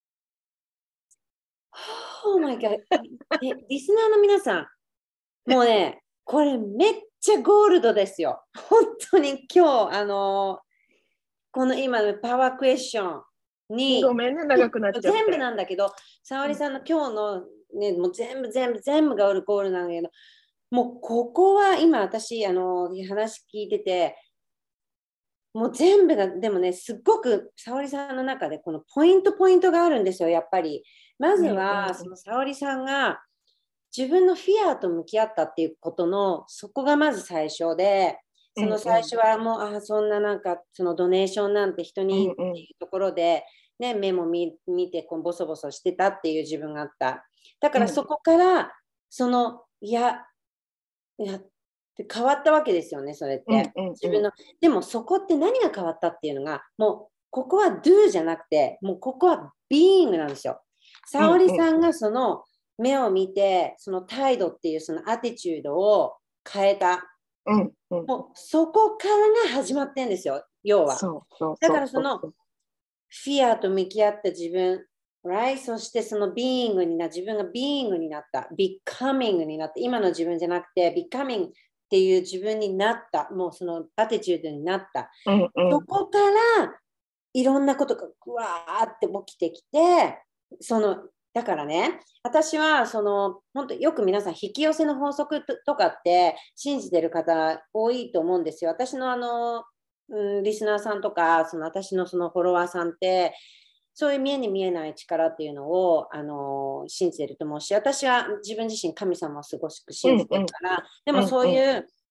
Oh my God. リスナーの皆さん、もうね、これめっちゃゴールドですよ。本当に今日、この今のパワークエスチョンに、 ごめんね、長くなっちゃって。 全部なんだけど、沙織さんの今日のね、もう全部がゴールなんだけど、もうここは今私、話聞いてて、もう全部が、でもね、すっごく沙織さんの中でこのポイントがあるんですよ、やっぱり。まずは、その沙織さんが自分のフィアと向き合ったっていうことの、そこがまず最初で、その最初はもう、そんななんか、そのドネーションなんて人にっていうところで、ね、目も見てこうボソボソしてたっていう自分があった。だからそこから、いや変わったわけですよね、それって。自分の。でもそこって何が変わったっていうのが、もうここは do じゃなくて、もうここは being なんですよ。沙織さんがその目を見て、その態度っていうそのアティチュードを変えた。もうそこからが始まってんですよ、要は。だからそのフィアと向き合った自分、right? そしてその自分がビーイングになった、becoming になった、今の自分じゃなくて、becoming っていう自分になった、もうそのアティチュードになった。そこからいろんなことがぐわーって起きてきて、だからね、私は本当よく皆さん引き寄せの法則とかって信じてる方多いと思うんですよ。私のリスナーさんとか、私のそのフォロワーさんって、そういう見えに見えない力っていうのを信じてると思うし、私は自分自身神様をすごく信じてるから、でもそういう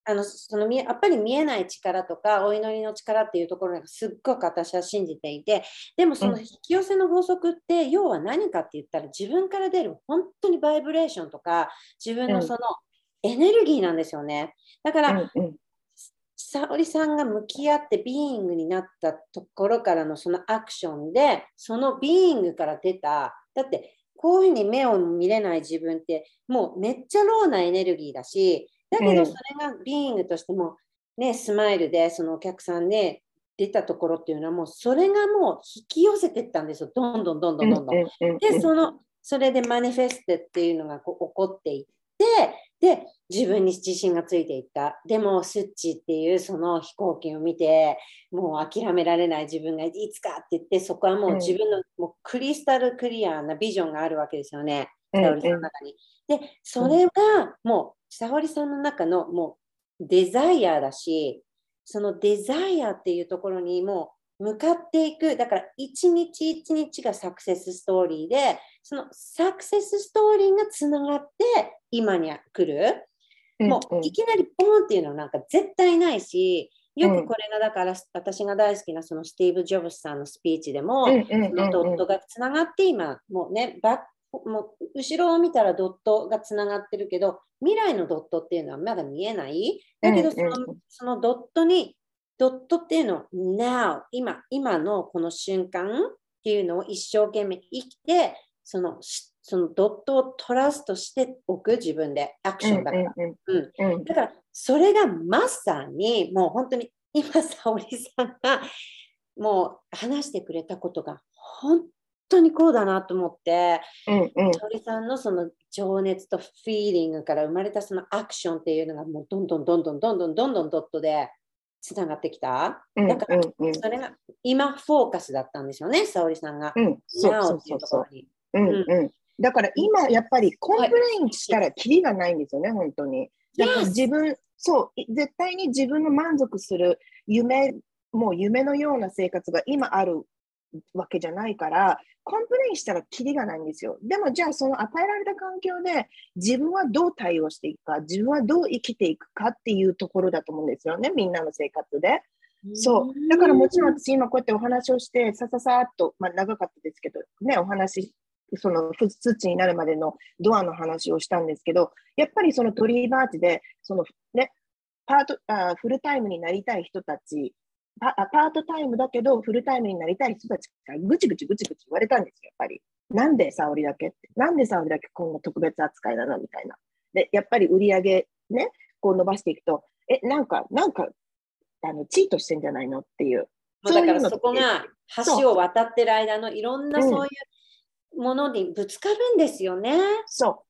やっぱり見えない力とかお祈りの力っていうところがすっごく私は信じていて、でもその引き寄せの法則って要は何かって言ったら自分から出る本当にバイブレーションとか自分のそのエネルギーなんですよね。だから、沙織さんが向き合ってビーイングになったところからのそのアクションでそのビーイングから出た、だってこういうふうに目を見れない自分ってもうめっちゃローなエネルギーだし、だけどそれがビーイングとしても、ね、スマイルでそのお客さんで出たところっていうのはもうそれがもう引き寄せていったんですよ。どんどんどんどんどんどん。で、それでマニフェストっていうのがこう起こっていって、で、自分に自信がついていった。でも、スッチっていうその飛行機を見て、もう諦められない自分がいつかって言って、そこはもう自分のもうクリスタルクリアなビジョンがあるわけですよね。沙織さんの中に。で、それがもう沙織さんの中のもうデザイアだし、そのデザイアっていうところにもう向かっていく。だから一日一日がサクセスストーリーで、そのサクセスストーリーがつながって今に来る。もういきなりポンっていうのはなんか絶対ないし、よくこれがだから私が大好きなそのスティーブ・ジョブズさんのスピーチでも、そのドットがつながって今もうねもう後ろを見たらドットがつながってるけど未来のドットっていうのはまだ見えない。だけどそのドットっていうのを now 今のこの瞬間っていうのを一生懸命生きてそのドットをトラストしておく自分でアクションだから、だからそれがまさにもう本当に今沙織さんがもう話してくれたことが本当にこうだなと思って、沙織さんのその情熱とフィーリングから生まれたそのアクションっていうのがもうどんどんドットでつながってきた。だからそれが今フォーカスだったんですよね、沙織さんが。 Now っていうところに。だから今やっぱりコンプレインしたらキリがないんですよね、本当に。だから絶対に自分の満足するもう夢のような生活が今あるわけじゃないから、コンプレインしたらキリがないんですよ。でもじゃあその与えられた環境で自分はどう対応していくか、自分はどう生きていくかっていうところだと思うんですよね、みんなの生活で。そう。だからもちろん私今こうやってお話をして、さっと、長かったですけど、ね、お話、その土になるまでのドアの話をしたんですけど、やっぱりそのトリーバーチで、そのね、フルタイムになりたい人たち、パートタイムだけどフルタイムになりたい人たちからぐちぐち言われたんですよ、やっぱり。なんで沙織だけって。なんで沙織だけこんな特別扱いなのみたいな。で、やっぱり売り上げね、こう伸ばしていくと、なんかチートしてんじゃないのっていう。 だからそこが橋を渡ってる間のいろんなそういうものにぶつかるんですよね。 そう。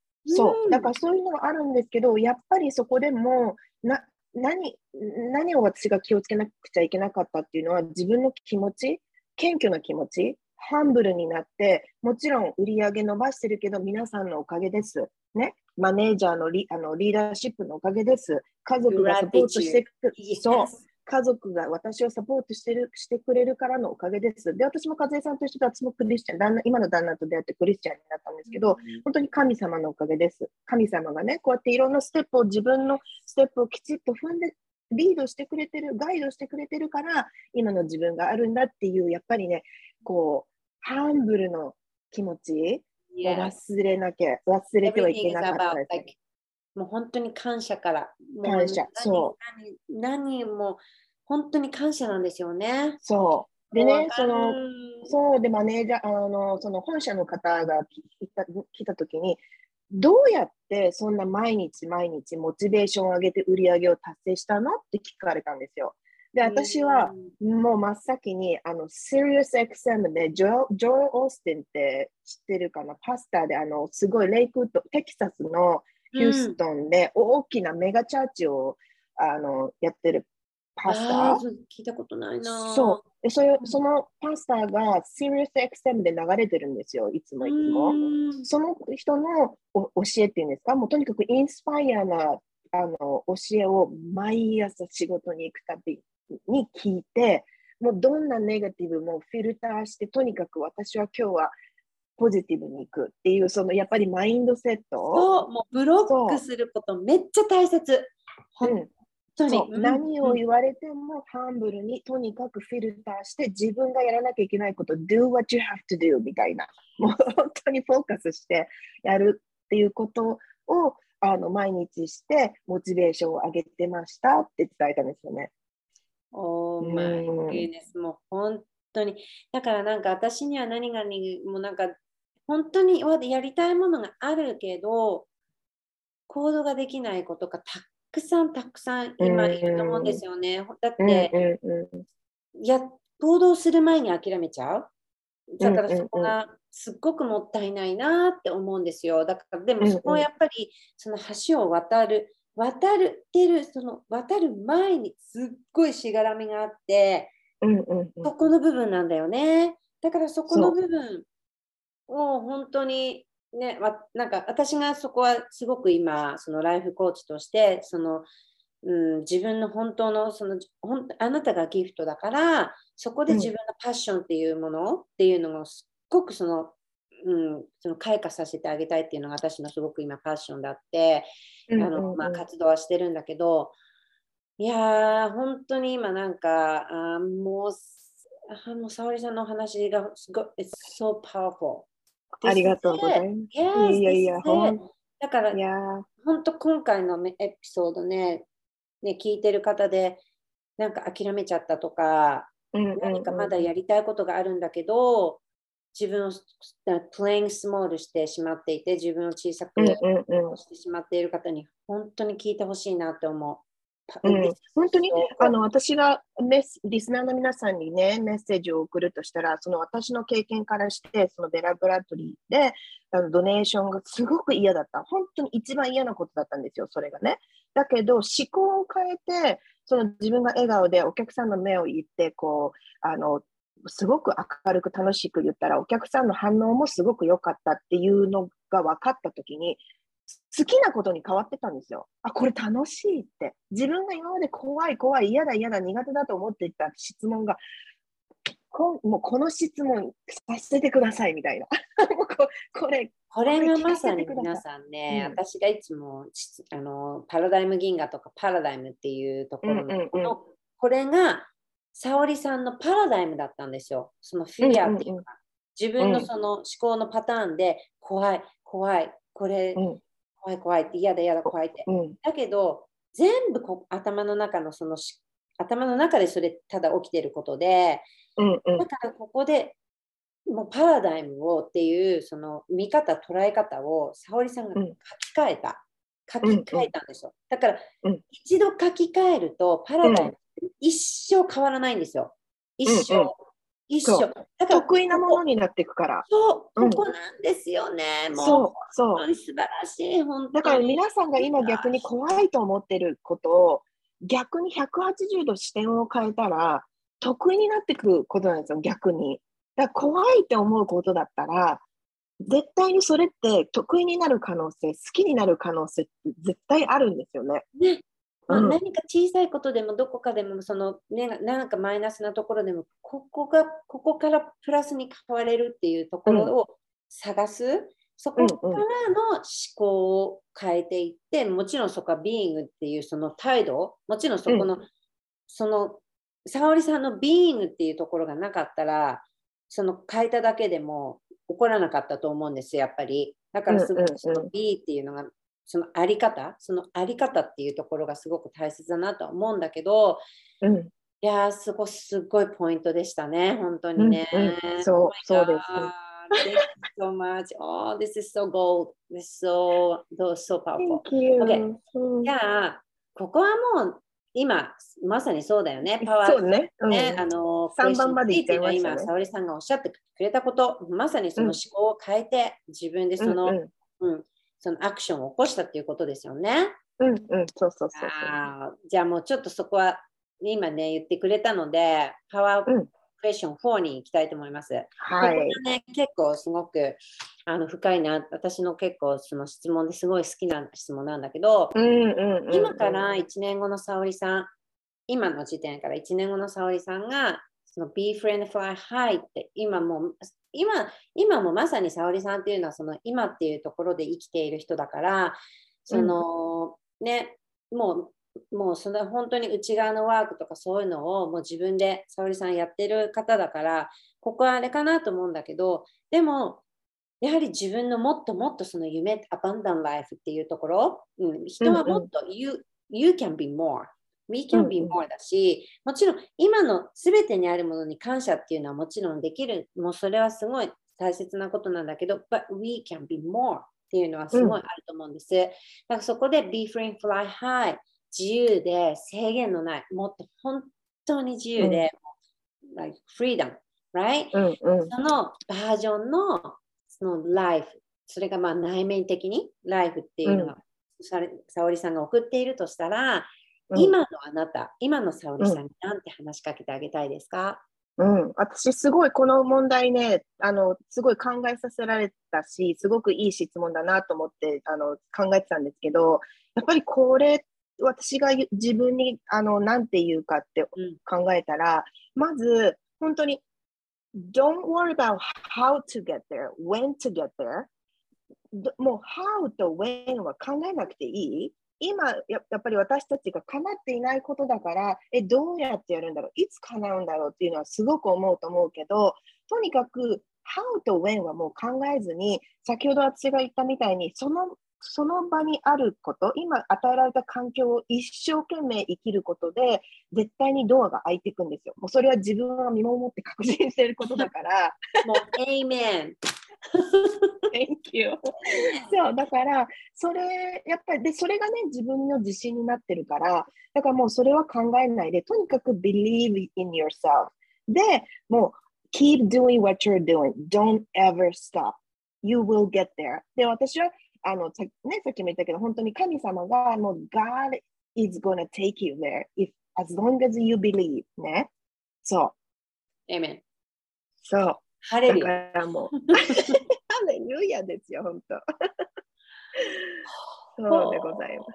だからそういうのがあるんですけど、やっぱりそこでも、何を私が気をつけなくちゃいけなかったっていうのは、自分の気持ち、謙虚な気持ち、ハンブルになって、もちろん売り上げ伸ばしてるけど、皆さんのおかげです。ね。マネージャーのリーダーシップのおかげです。家族がサポートしてくれる。そう。家族が私をサポートしてくれるからのおかげです。で、私も和江さんと一緒で、私もクリスチャン、今の旦那と出会ってクリスチャンになったんですけど、本当に神様のおかげです。神様がね、こうやっていろんな自分のステップをきちっと踏んで、リードしてくれてる、ガイドしてくれてるから、今の自分があるんだっていう、やっぱりね、こう、ハンブルの気持ちを忘れてはいけなかったです。 もう本当に感謝から。 感謝、そう。 何も本当に感謝なんですよね。 そう。でね、そうでマネージャー、その本社の方が来たときに、どうやってそんな毎日モチベーションを上げて売り上げを達成したのって聞かれたんですよ。で、私はもう真っ先にSirius XM でジョエル・オースティンって知ってるかな、パスタですごいレイクウッド、テキサスのヒューストンで大きなメガチャーチをやってるパスタ。 聞いたことないな。 そう。でそのパスタが Sirius XM で流れてるんですよ、いつも。その人の教えっていうんですか、もうとにかくインスパイアな教えを毎朝仕事に行くたびに聞いて、もうどんなネガティブもフィルターして、とにかく私は今日はポジティブに行くっていう、そのやっぱりマインドセット。 そう、もうブロックすることめっちゃ大切。本当に。 そう、何を言われてもハンブルにとにかくフィルターして自分がやらなきゃいけないこと、do what you have to do みたいな、もう本当にフォーカスしてやるっていうことを毎日してモチベーションを上げてましたって伝えたんですよね。 Oh my goodness、もう本当に。だからなんか私には何がもうなんか本当にやりたいものがあるけど、行動ができないことがたくさん今いると思うんですよね。だって、行動する前に諦めちゃう。だからそこがすっごくもったいないなって思うんですよ。だからでもそこはやっぱりその橋を渡る前にすっごいしがらみがあって、そこの部分なんだよね。だからそこの部分を本当にね、なんか私がそこはすごく今そのライフコーチとして自分の本当のあなたがギフトだからそこで自分のパッションっていうものっていうのをすっごくその開花させてあげたいっていうのが私のすごく今パッションだって活動はしてるんだけど、いやー本当に今なんかもう沙織さんのお話がすごい It's so powerful。 ありがとうございます。 いやいや、だから本当今回のエピソードね、聞いてる方でなんか諦めちゃったとか、何かまだやりたいことがあるんだけど、自分をプレイングスモールしてしまっていて、自分を小さくしてしまっている方に本当に聞いてほしいなって思う。 本当に私がリスナーの皆さんにねメッセージを送るとしたら、その私の経験からしてそのベラ・ブラッドリーでドネーションがすごく嫌だった。本当に一番嫌なことだったんですよ、それがね。だけど思考を変えて、その自分が笑顔でお客さんの目を言ってすごく明るく楽しく言ったらお客さんの反応もすごく良かったっていうのが分かった時に、好きなことに変わってたんですよ。これ楽しいって。自分が今まで怖い、嫌だ、苦手だと思っていた質問が、もうこの質問させてくださいみたいな。これがまさに皆さんね、私がいつもパラダイム銀河とかパラダイムっていうところの、これが沙織さんのパラダイムだったんですよ。そのフィアっていうか、自分のその思考のパターンで怖い、これ、怖いって嫌だ怖いって。だけど全部頭の中でそれただ起きてることで、だからここでもうパラダイムをっていうその見方捉え方を沙織さんが書き換えたんですよ。だから一度書き換えるとパラダイム一生変わらないんですよ。一生。 だから得意なものになっていくから。 ここなんですよね。もう本当に素晴らしい。 だから皆さんが今逆に怖いと思ってることを逆に180度視点を変えたら得意になっていくことなんですよ、逆に。だから怖いって思うことだったら絶対にそれって得意になる可能性、好きになる可能性って絶対あるんですよね。 何か小さいことでもどこかでもなんかマイナスなところでもここからプラスに変われるっていうところを探す、そこからの思考を変えていって、もちろんそこはビーイングっていうその態度、もちろんそこの、その沙織さんのビーイングっていうところがなかったら、その変えただけでも起こらなかったと思うんですよ、やっぱり。だからすごくその B っていうのがそのあり方っていうところがすごく大切だなと思うんだけど、いやすごいポイントでしたね、本当にね。 そうです。 Thank you so much. Oh, this is so gold. This is so powerful. Thank you. Okay. じゃあ、ここはもう今まさにそうだよね。パワー。 そうね。3番までいっちゃいましたね。 今、沙織さんがおっしゃってくれたこと、まさにその思考を変えて、自分でそのアクションを起こしたっていうことですよね。 そう。 じゃあもうちょっとそこは今ね言ってくれたので、パワークエスチョン4に行きたいと思います。 はい。 ここがね結構すごく深いな、私の結構その質問ですごい好きな質問なんだけど、今から1年後の沙織さん、今の時点から1年後の沙織さんがその Be Friend Fly High って今もまさに沙織さんっていうのはその今っていうところで生きている人だから、そのね、もうもうその本当に内側のワークとかそういうのをもう自分で沙織さんやってる方だから、ここはあれかなと思うんだけど、でもやはり自分のもっともっとその夢、アバンダンライフっていうところ、人はもっと you can be more。We can be more だし、もちろん今の全てにあるものに感謝っていうのはもちろんできる、もうそれはすごい大切なことなんだけど、but we can be more っていうのはすごいあると思うんです。だからそこで be free and fly high、自由で制限のない、もっと本当に自由で、like freedom、right？そのバージョンのそのライフ、それがまあ内面的にライフっていうのが、沙織さんが送っているとしたら、今のあなた、今の沙織さんに何て話しかけてあげたいですか？ 私すごいこの問題ね、すごい考えさせられたし、すごくいい質問だなと思って考えてたんですけど、やっぱりこれ、私が自分になんて言うかって考えたら、まず本当に Don't worry about how to get there, when to get there。もう how と when は考えなくていい。今やっぱり私たちが叶っていないことだから、どうやってやるんだろう、いつ叶うんだろうっていうのはすごく思うと思うけど、とにかく how と when はもう考えずに、先ほど私が言ったみたいに、その場にあること、今与えられた環境を一生懸命生きることで、絶対にドアが開いていくんですよ。もうそれは自分が身をもって確信していることだから。 もう、Amen。 Thank you。そう、だから、やっぱり、それがね、自分の自信になってるから、だからもうそれは考えないで、とにかく believe in yourself。で、もう、keep doing what you're doing. Don't ever stop. You will get there. で、私は、さっきも言ったけど、本当に神様が、もう、God is gonna take you there as long as you believe. ね。そう。 Amen。 そう。 ハレルヤ。 だからもう、ハレルヤですよ、本当。そうでございます。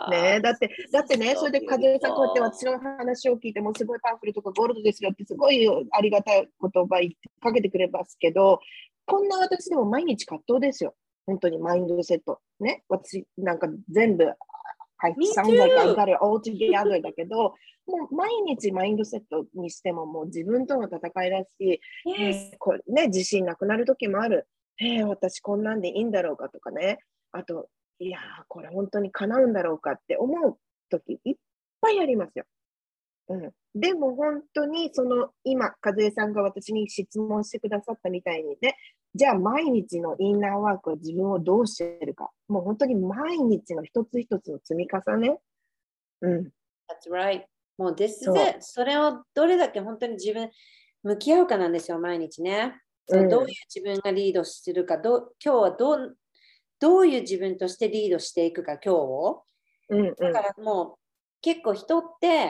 ね、だってね、それで風さんこうやって私の話を聞いてもすごいパンフレットとかゴールドですよってすごいありがたい言葉かけてくれますけど、こんな私でも毎日葛藤ですよ。本当にマインドセット。ね、私なんか全部、sounds like I got it all together だけど、もう毎日マインドセットにしてももう自分との戦いだし、これね、自信なくなる時もある。私こんなんでいいんだろうかとかね。あと、いやー、これ本当に叶うんだろうかって思う時いっぱいありますよ。でも本当に今、和江さんが私に質問してくださったみたいにね、じゃあ毎日のインナーワークは自分をどうしてるか。もう本当に毎日の一つ一つの積み重ね。 That's right。もうそれをどれだけ本当に自分向き合うかなんですよ、毎日ね。どういう自分がリードしてるか、今日はどういう自分としてリードしていくか、今日を。だからもう結構人って、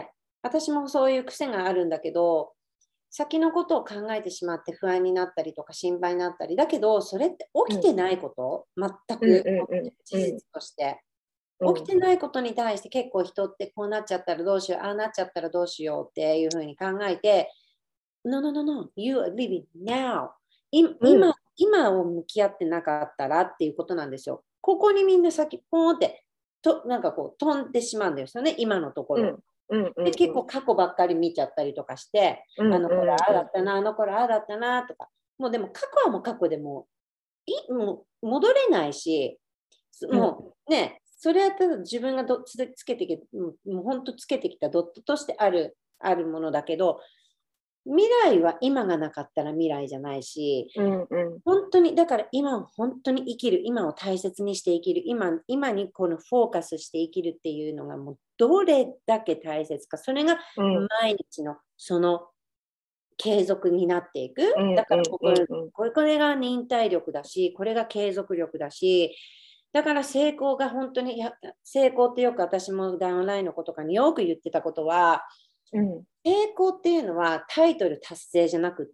私もそういう癖があるんだけど、先のことを考えてしまって不安になったりとか心配になったり、だけどそれって起きてないこと、全く事実として。起きてないことに対して結構人ってこうなっちゃったらどうしよう、ああなっちゃったらどうしようっていうふうに考えて、No, no, no, no, you are living now。今を向き合ってなかったらっていうことなんですよ。ここにみんな先ポーンってなんかこう飛んでしまうんですよね、今のところ。で結構過去ばっかり見ちゃったりとかして、あの頃ああだったな、あの頃ああだったなとか、もうでも過去はもう過去でもう戻れないし、もうね、それはただ自分がつけてきて、もう本当つけてきたドットとしてあるものだけど、未来は今がなかったら未来じゃないし、本当にだから今を本当に生きる、今を大切にして生きる、今にこのフォーカスして生きるっていうのがもうどれだけ大切か、それが毎日のその継続になっていく。だからこれが忍耐力だし、これが継続力だし、だから成功が本当に成功ってよく私もダウンラインの子とかによく言ってたことは、成功っていうのはタイトル達成じゃなくって、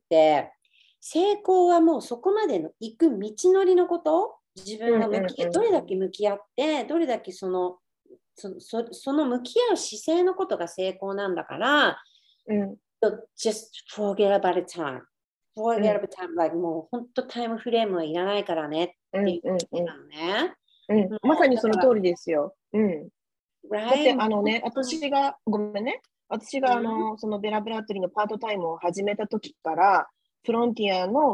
成功はもうそこまでの行く道のりのこと、自分がどれだけ向き合って、どれだけその向き合う姿勢のことが成功なんだから、just forget about time。forget about time。like もう本当タイムフレームはいらないからねっていうことなのね。 まさにその通りですよ。 だって right? 私が、ごめんね。私がそのベラブラトリーのパートタイムを始めた時から、フロンティアの、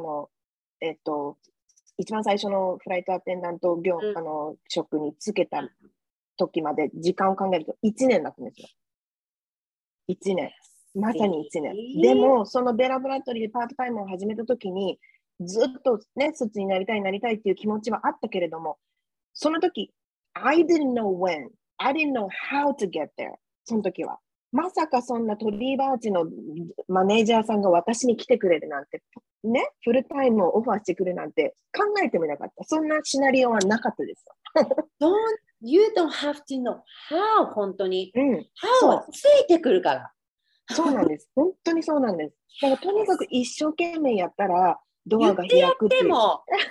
一番最初のフライトアテンダント職に就けた時まで時間を考えると1年だったんですよ。1年。まさに1年。でも、そのベラブラトリーでパートタイムを始めた時に、ずっとね、スーツになりたいっていう気持ちはあったけれども、その時、I didn't know when, I didn't know how to get there. その時は。まさかそんなトリーバーチのマネージャーさんが私に来てくれるなんて、ね、フルタイムをオファーしてくるなんて考えてもいなかった。そんなシナリオはなかったですよ。 You don't have to know how 本当に。 うん、 how はついてくるから。 そうなんです。本当にそうなんです。だからとにかく一生懸命やったらドアが開くっていう。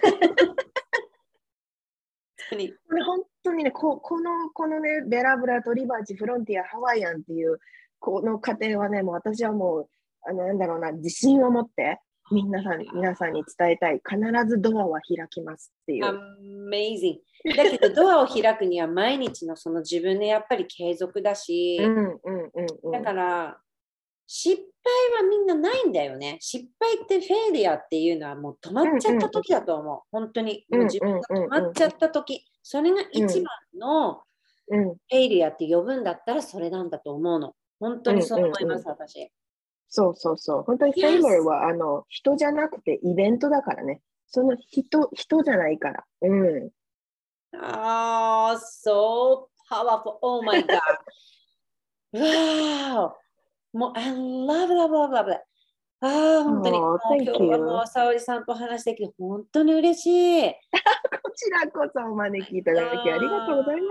本当にね、このね、ベラブラトリバーチ、フロンティア、ハワイアンっていう、この過程はね、もう私はもう、なんだろうな、自信を持って、皆さんに伝えたい。必ずドアは開きますっていう。 Amazing。だけど、ドアを開くには毎日のその自分でやっぱり継続だし、だから、失敗はみんなないんだよね。失敗ってフェイリアっていうのはもう止まっちゃった時だと思う。本当に。もう自分が止まっちゃった時。それが一番のフェイリアって呼ぶんだったらそれなんだと思うの。本当にそう思います、私。 そうそうそう。本当にフェイリアは人じゃなくてイベントだからね。その人じゃないから。 so powerful. Oh my God. Wow. もう、I love it. 本当に。今日はもう、沙織さんと話してきて、本当に嬉しい。 こちらこそお招きいただきありがとうございます。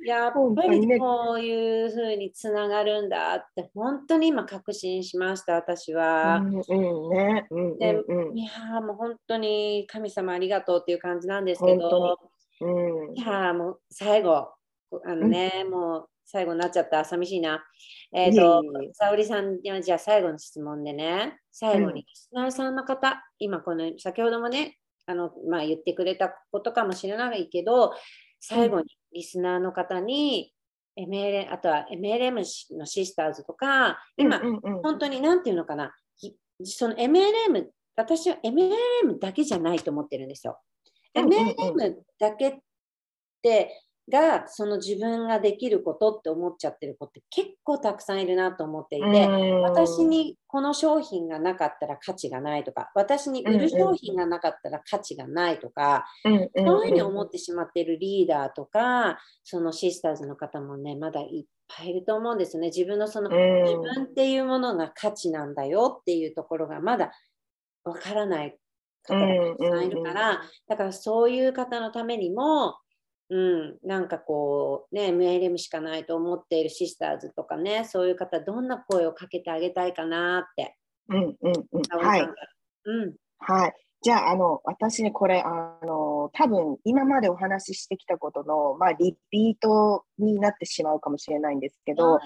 やっぱりこういうふうにつながるんだって、本当に今確信しました、私は。いやもう本当に神様ありがとうっていう感じなんですけど、いやもう最後、もう最後になっちゃった、寂しいな。沙織さんにはじゃあ最後の質問でね、最後にリスナーさんの方、今この先ほどもね、言ってくれたことかもしれないけど、最後にリスナーの方に、あとは MLM のシスターズとか、今、本当に何て言うのかな、その MLM、私は MLM だけじゃないと思ってるんですよ。MLM だけってがその自分ができることって思っちゃってる子って結構たくさんいるなと思っていて、私にこの商品がなかったら価値がないとか、私に売る商品がなかったら価値がないとか、そういうふうに思ってしまっているリーダーとか、そのシスターズの方もね、まだいっぱいいると思うんですよね。自分のその自分っていうものが価値なんだよっていうところがまだわからない方がたくさんいるから、だからそういう方のためにも、なんかこうね、MLM しかないと思っているシスターズとかね、そういう方、どんな声をかけてあげたいかなって。 はい。はい。じゃあ、私ね、これ、多分、今までお話ししてきたことの、リピートになってしまうかもしれないんですけど、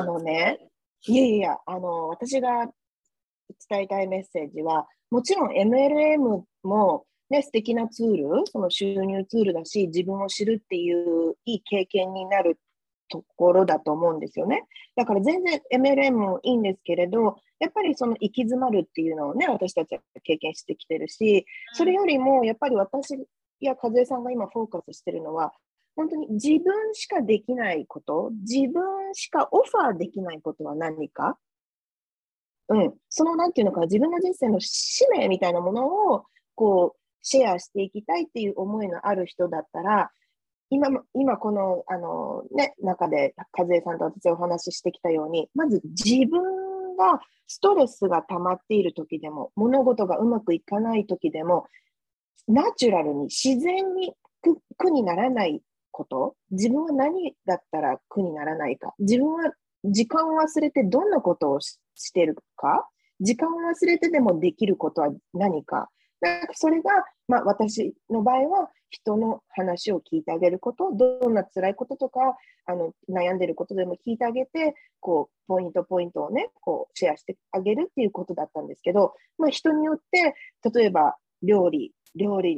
私が伝えたいメッセージは、もちろん MLM も、ね、素敵なツール、その収入ツールだし、自分を知るっていういい経験になるところだと思うんですよね。だから全然 MLM もいいんですけれど、やっぱりその行き詰まるっていうのをね、私たちは経験してきてるし、それよりもやっぱり私や和江さんが今フォーカスしてるのは、本当に自分しかできないこと、自分しかオファーできないことは何か、そのなんていうのか、自分の人生の使命みたいなものをこうシェアしていきたいっていう思いのある人だったら、今この、中で和江さんと私お話ししてきたように、まず自分がストレスが溜まっている時でも、物事がうまくいかない時でも、ナチュラルに自然に苦にならないこと、自分は何だったら苦にならないか、自分は時間を忘れてどんなことをしているか、時間を忘れてでもできることは何か、それが、私の場合は人の話を聞いてあげること、どんな辛いこととか悩んでることでも聞いてあげて、こうポイントをね、こうシェアしてあげるっていうことだったんですけど、人によって例えば料理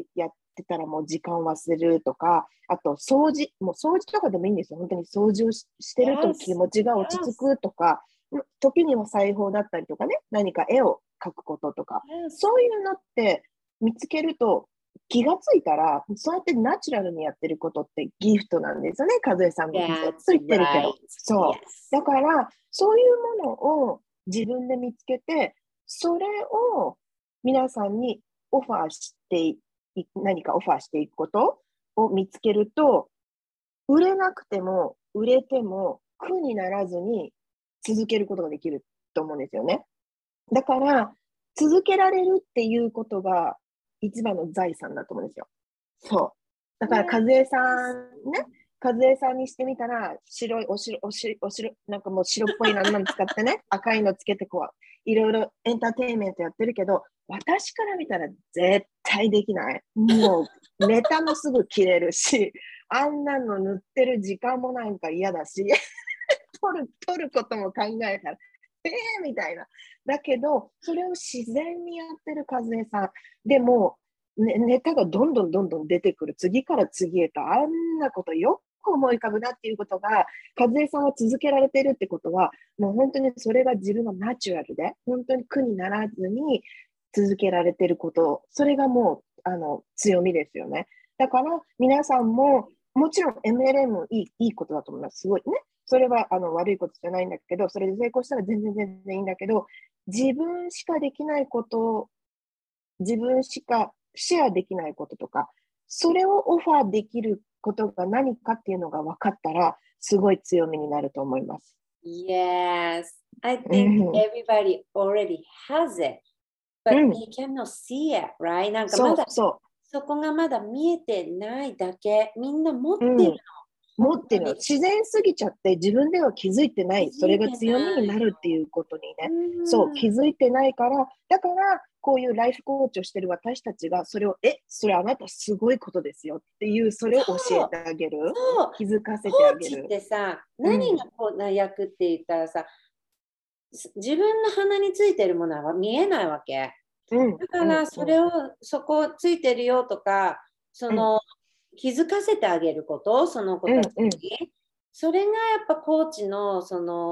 ってたらもう時間忘れるとか、あと掃除、もう掃除とかでもいいんですよ。本当に掃除をしてると気持ちが落ち着くとか、時には裁縫だったりとかね、何か絵を描くこととか、そういうのって見つけると、気がついたら、そうやってナチュラルにやってることってギフトなんですよね、和江さんもずっと言ってるけど。そう。だから、そういうものを自分で見つけて、それを皆さんにオファーして何かオファーしていくことを見つけると、売れなくても売れても苦にならずに続けることができると思うんですよね。だから、続けられるっていうことが一番の財産だと思うんですよ。そう。だから、和江さんね、和江さんにしてみたら、白いお白、なんかもう白っぽいなん使ってね、赤いのつけてこう、いろいろエンターテインメントやってるけど、私から見たら絶対できない。もう、ネタもすぐ切れるし、あんなの塗ってる時間もなんか嫌だし、撮ることも考えたら、みたいな。だけど、それを自然にやってる和江さん。でも、ネタがどんどん出てくる。次から次へと、あんなことよく思い浮かぶなっていうことが、和江さんは続けられてるってことは、もう本当にそれが自分のナチュラルで、本当に苦にならずに続けられてること、それがもう、強みですよね。だから、皆さんも、もちろん MLM いいことだと思います。すごいね。それは悪いことじゃないんだけど、それで成功したら全然いいんだけど、自分しかできないこと、自分しかシェアできないこととか、それをオファーできることが何かっていうのが分かったら、すごい強みになると思います。 Yes, I think everybody already has it, but they cannot see it, right? なんかまだそこがまだ見えてないだけ、みんな持ってるの。 持ってるの。自然すぎちゃって自分では気づいてない。それが強みになるっていうことにね。そう、気づいてないから、だからこういうライフコーチをしてる私たちがそれを、それあなたすごいことですよっていう、それを教えてあげる。気づかせてあげる。 コーチってさ、何がこうな役って言ったらさ、自分の鼻についてるものは見えないわけ。だからそれを、そこついてるよとか、気づかせてあげること、その子たちに。それがやっぱコーチの、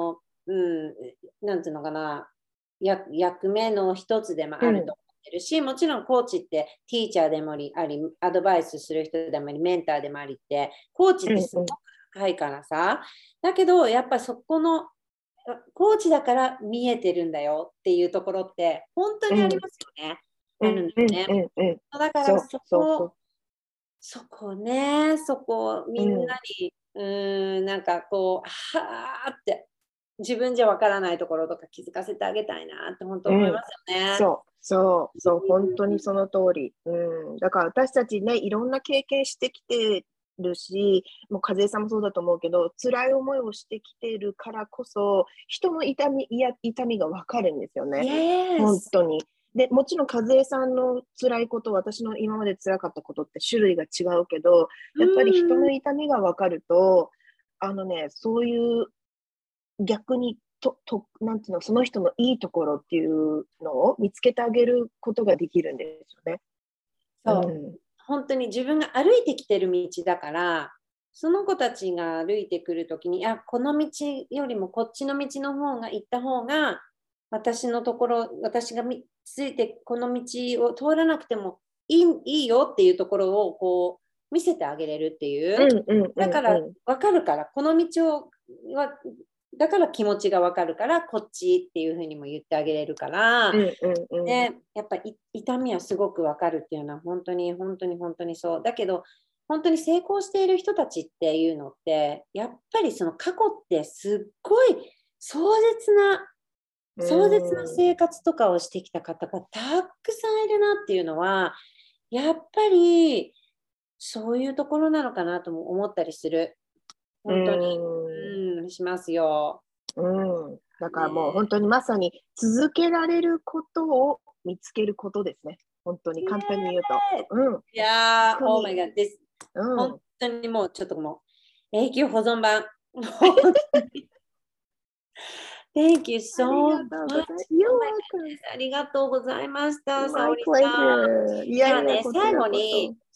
なんていうのかな、役目の一つでもあると思ってるし、もちろんコーチってティーチャーでもあり、アドバイスする人でもあり、メンターでもありって、コーチってすごく高いからさ。だけど、やっぱそこの、コーチだから見えてるんだよっていうところって本当にありますよね。あるんだよね。だからそこね、そこみんなに、なんかこう、はーって自分じゃわからないところとか気づかせてあげたいなって本当思いますよね。 そう、本当にその通り。だから私たちね、いろんな経験してきてるし、もう和江さんもそうだと思うけど、辛い思いをしてきてるからこそ、人の痛みがわかるんですよね。本当に。で、もちろん和江さんの辛いこと、私の今まで辛かったことって種類が違うけど、やっぱり人の痛みがわかると、そういう逆になんていうの、その人のいいところっていうのを見つけてあげることができるんですよね。 そう。本当に自分が歩いてきてる道だから、その子たちが歩いてくるときに、この道よりもこっちの道の方が行った方が、私がついてこの道を通らなくてもいいよっていうところをこう見せてあげれるっていう。だから分かるから、この道だから気持ちが分かるからこっちっていうふうにも言ってあげれるから、でやっぱり痛みはすごく分かるっていうのは本当にそうだけど、本当に成功している人たちっていうのってやっぱりその過去ってすっごい壮絶な生活とかをしてきた方がたくさんいるなっていうのはやっぱりそういうところなのかなとも思ったりする。本当に、しますよ。 だからもう本当にまさに続けられることを見つけることですね。本当に簡単に言うと。 いやー、Oh my God、本当にもうちょっともう永久保存版。Thank you so much. ありがとうございました。沙織さん。じゃあね、最後に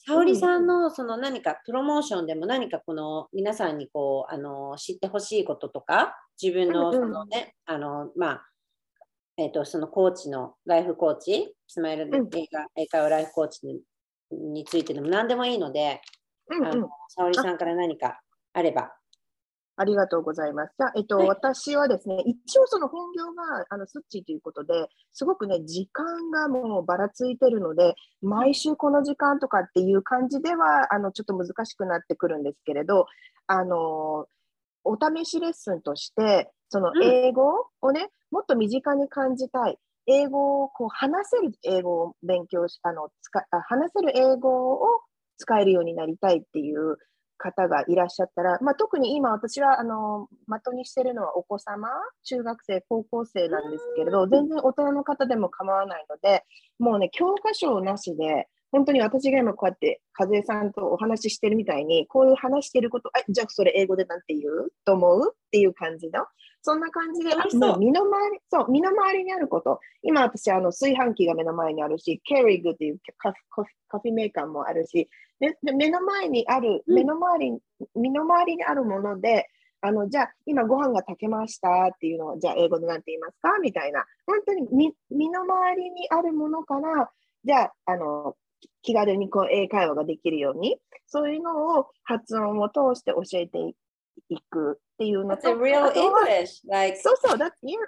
沙織さんのその何かプロモーションでも何かこの皆さんにこう知ってほしいこととか、自分のそのね、そのコーチのライフコーチ、スマイル英会話ライフコーチについてでも何でもいいので、沙織さんから何かあれば。 ありがとうございます。じゃあ、私はですね、一応その本業がスッチーということで、すごくね、時間がもうばらついてるので、毎週この時間とかっていう感じでは、ちょっと難しくなってくるんですけれど、お試しレッスンとして、その英語をね、もっと身近に感じたい。英語をこう話せる英語を勉強し、話せる英語を使えるようになりたいっていう方がいらっしゃったら、特に今私は的にしてるのはお子様、中学生、高校生なんですけれど、全然大人の方でも構わないので、もうね、教科書なしで、本当に私が今こうやって和江さんとお話ししてるみたいに、こういう話してること、じゃあそれ英語でなんて言うと思うっていう感じの、そんな感じで、もう身の回りにあること、今私炊飯器が目の前にあるし、ケリグっていうカフェメーカーもあるし、で目の前にある、身の回りにあるもので、じゃあ今ご飯が炊けましたっていうのを、じゃあ英語でなんて言いますかみたいな、本当に身の回りにあるものから、じゃあ、気軽にこう英会話ができるように、そういうのを発音を通して教えていくっていうのと、 That's a real English. Like, そう、that's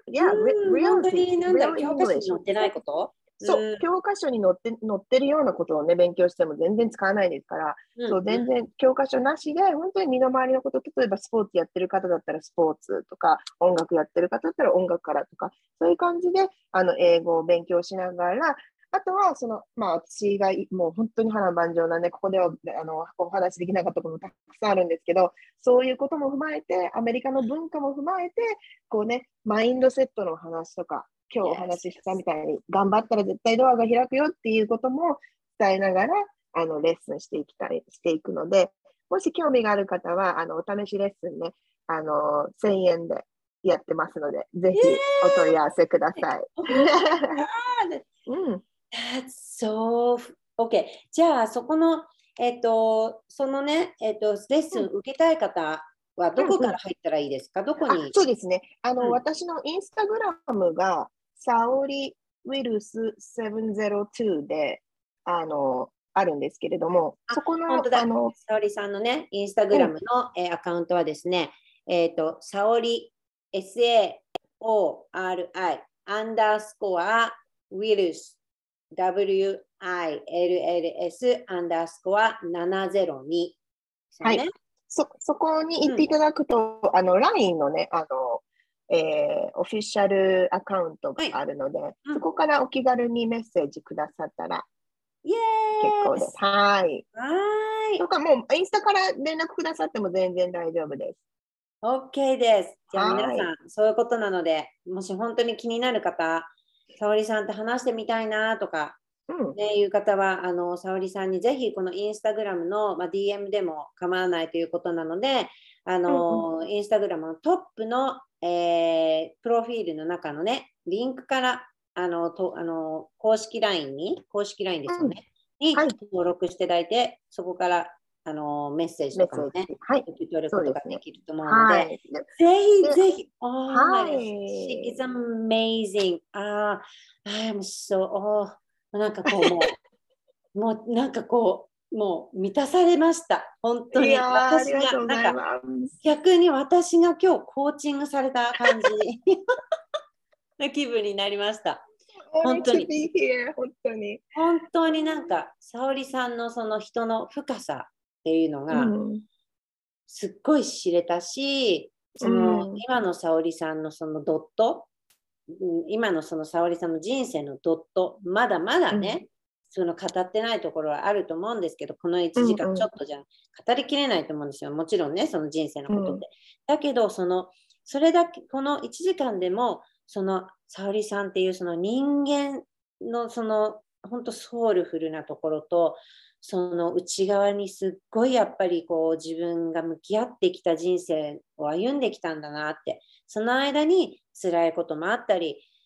real 本当になんだ、 real 教科書に English。 載ってないこと？ そう、教科書に載ってるようなことをね、勉強しても全然使わないですから、そう、全然教科書なしで、本当に身の回りのこと、例えばスポーツやってる方だったらスポーツとか、音楽やってる方だったら音楽からとか、そういう感じで、英語を勉強しながら、あとは、私がもう本当に波乱万丈なね、ここではお話できなかったこともたくさんあるんですけど、そういうことも踏まえて、アメリカの文化も踏まえて、こうね、マインドセットの話とか、今日お話ししたみたいに、頑張ったら絶対ドアが開くよっていうことも伝えながら、レッスンしていくので、もし興味がある方は、お試しレッスンね、1000円でやってますので、ぜひお問い合わせください。 That's so OK。じゃあ、そこの、そのね、レッスン受けたい方はどこから入ったらいいですか？どこに？ そうですね。私のインスタグラムが、サオリウィルス702で、あるんですけれども、そこの、 本当だ。沙織さんのね、インスタグラムの、アカウントはですね、沙織 SAORI アンダースコアウィルス WILLS アンダースコア702、 はい。そこに行っていただくと、LINE のね、オフィシャルアカウントがあるので、そこからお気軽にメッセージくださったら結構です。はい。とか、もうインスタから連絡くださっても全然大丈夫です。 OK です。じゃあ皆さん、そういうことなので、もし本当に気になる方、沙織さんと話してみたいなとか、いう方は、沙織さんにぜひこのインスタグラムの、DM でも構わないということなので、インスタグラムのトップの、プロフィールの中のね、リンクから公式 LINE ですよね、に登録していただいて、そこからメッセージとかもね、受け取ることができると思うので、ぜひぜひ、Oh my gosh, she is amazing. I'm so, なんかこう、もうなんかこう、もう満たされました。本当に。私が、なんか逆に私が今日コーチングされた感じの気分になりました。本当に。本当になんか、沙織さんのその人の深さっていうのが、すっごい知れたし、その今の沙織さんのそのドット、今のその沙織さんの人生のドット、まだまだね、その語ってないところはあると思うんですけど、この1時間ちょっとじゃ語りきれないと思うんですよ。もちろんね、その人生のことって。だけど、それだけ、この1時間でも、その沙織さんっていうその人間のその本当ソウルフルなところと、その内側にすっごいやっぱりこう自分が向き合ってきた人生を歩んできたんだなって、その間に辛いこともあったり、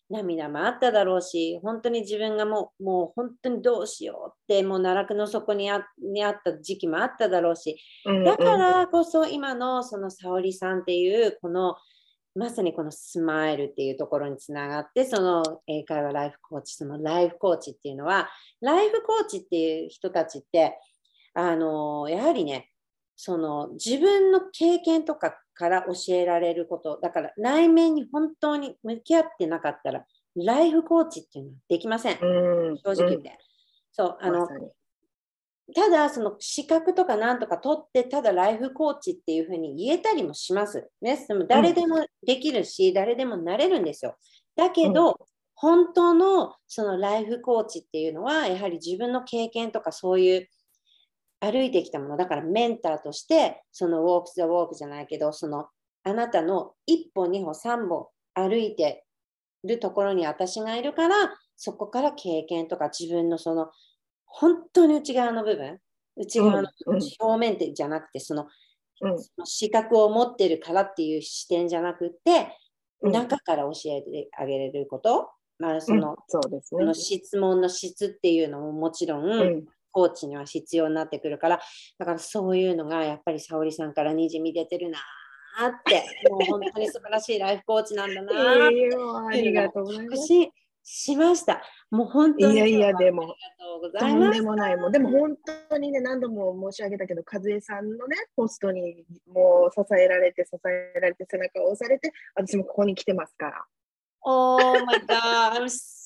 涙もあっただろうし、本当に自分がもう本当にどうしようって、もう奈落の底にあった時期もあっただろうし、だからこそ今のその沙織さんっていうこのまさにこのスマイルっていうところにつながって、その英会話ライフコーチ、そのライフコーチっていうのは、ライフコーチっていう人たちって、やはりね、その自分の経験とかから教えられること、だから内面に本当に向き合ってなかったら、ライフコーチっていうのはできません。正直言って。そう、ただその資格とかなんとか取ってただライフコーチっていうふうに言えたりもしますね。でも誰でもできるし、誰でもなれるんですよ。だけど、本当のそのライフコーチっていうのはやはり自分の経験とかそういう歩いてきたものだからメンターとしてそのウォーク・ザ・ウォークじゃないけど、そのあなたの1歩2歩3歩歩いてるところに私がいるから、そこから経験とか自分のその本当に内側の部分、内側の表面じゃなくて、その資格を持ってるからっていう視点じゃなくて、中から教えてあげれること、その質問の質っていうのももちろん、コーチには必要になってくるから、だからそういうのがやっぱり沙織さんからにじみ出てるなって、もう本当に素晴らしいライフコーチなんだなってありがとうございます。 しました。もう本当に。 いやでも、とんでもない。もうでも本当にね、何度も申し上げたけど、和江さんのね、ポストにもう支えられて、背中を押されて、私もここに来てますから。 Oh my God, I'm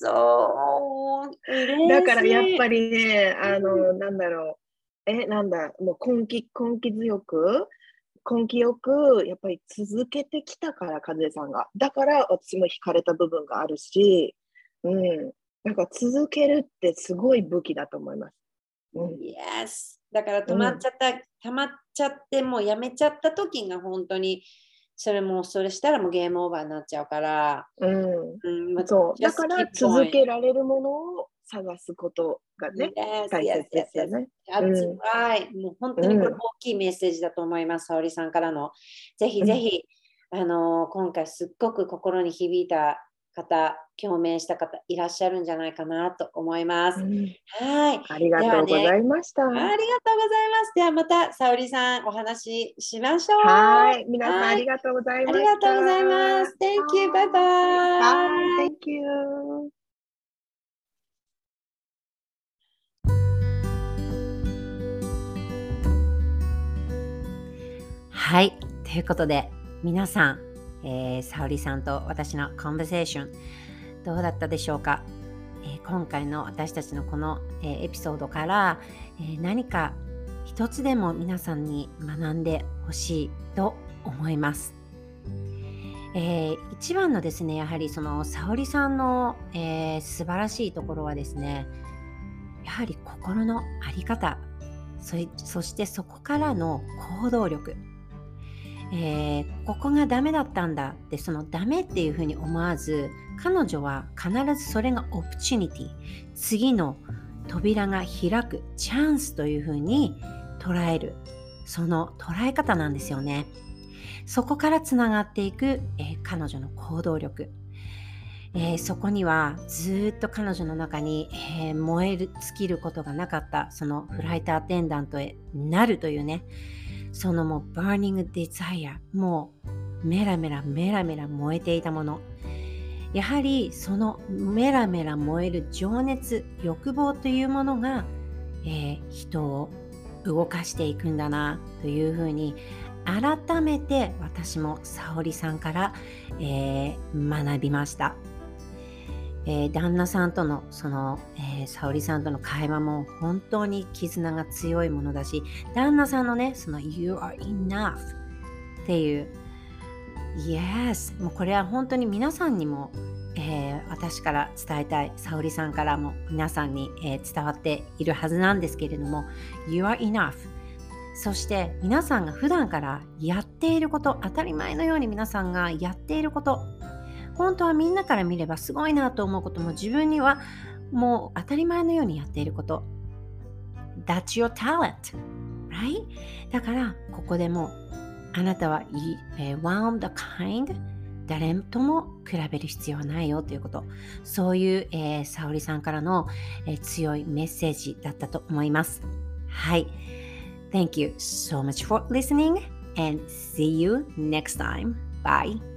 so 嬉しい。 だからやっぱりね、なんだろう、もう根気強く、やっぱり続けてきたから、和江さんが。だから私も惹かれた部分があるし、なんか続けるってすごい武器だと思います。 Yes。だから溜まっちゃってもうやめちゃった時が本当にそれしたらもうゲームオーバーになっちゃうから。 そう。だから続けられるものを探すことがね、大切ですよね。 もう本当にこれ大きいメッセージだと思います、沙織さんからの。ぜひぜひ、今回すっごく心に響いた方、共鳴した方いらっしゃるんじゃないかなと思います。はい。 ありがとうございました。 ありがとうございます。ではまた沙織さんお話ししましょう。 はい。皆さんありがとうございました。 ありがとうございます。Thank you. Bye bye. Thank you. はい。ということで、皆さん、沙織さんと私のコンバセーション、どうだったでしょうか。今回の私たちのこの、エピソードから、何か一つでも皆さんに学んでほしいと思います。一番のですね、やはりその沙織さんの、素晴らしいところはですね、やはり心の在り方、そしてそこからの行動力。ここがダメだったんだってそのダメっていうふうに思わず、彼女は必ずそれがオプチュニティ、次の扉が開くチャンスというふうに捉える、その捉え方なんですよね。そこからつながっていく、彼女の行動力、そこにはずっと彼女の中に、燃え尽きることがなかったそのフライトアテンダントへなるというね、そのもうバーニングデザイア、もうメラメラ燃えていたもの、やはりそのメラメラ燃える情熱、欲望というものが、人を動かしていくんだなというふうに改めて私も沙織さんから、学びました。旦那さんとのその、沙織さんとの会話も本当に絆が強いものだし、旦那さんのね、その You are enough っていう Yes、 もうこれは本当に皆さんにも、私から伝えたい、沙織さんからも皆さんに、伝わっているはずなんですけれども、 You are enough、 そして皆さんが普段からやっていること、当たり前のように皆さんがやっていること、本当はみんなから見ればすごいなと思うことも、自分にはもう当たり前のようにやっていること。That's your talent, right? だからここでもあなたは、one of the kind 誰とも比べる必要はないよということ。そういう、沙織さんからの、強いメッセージだったと思います。はい。Thank you so much for listening and see you next time. Bye.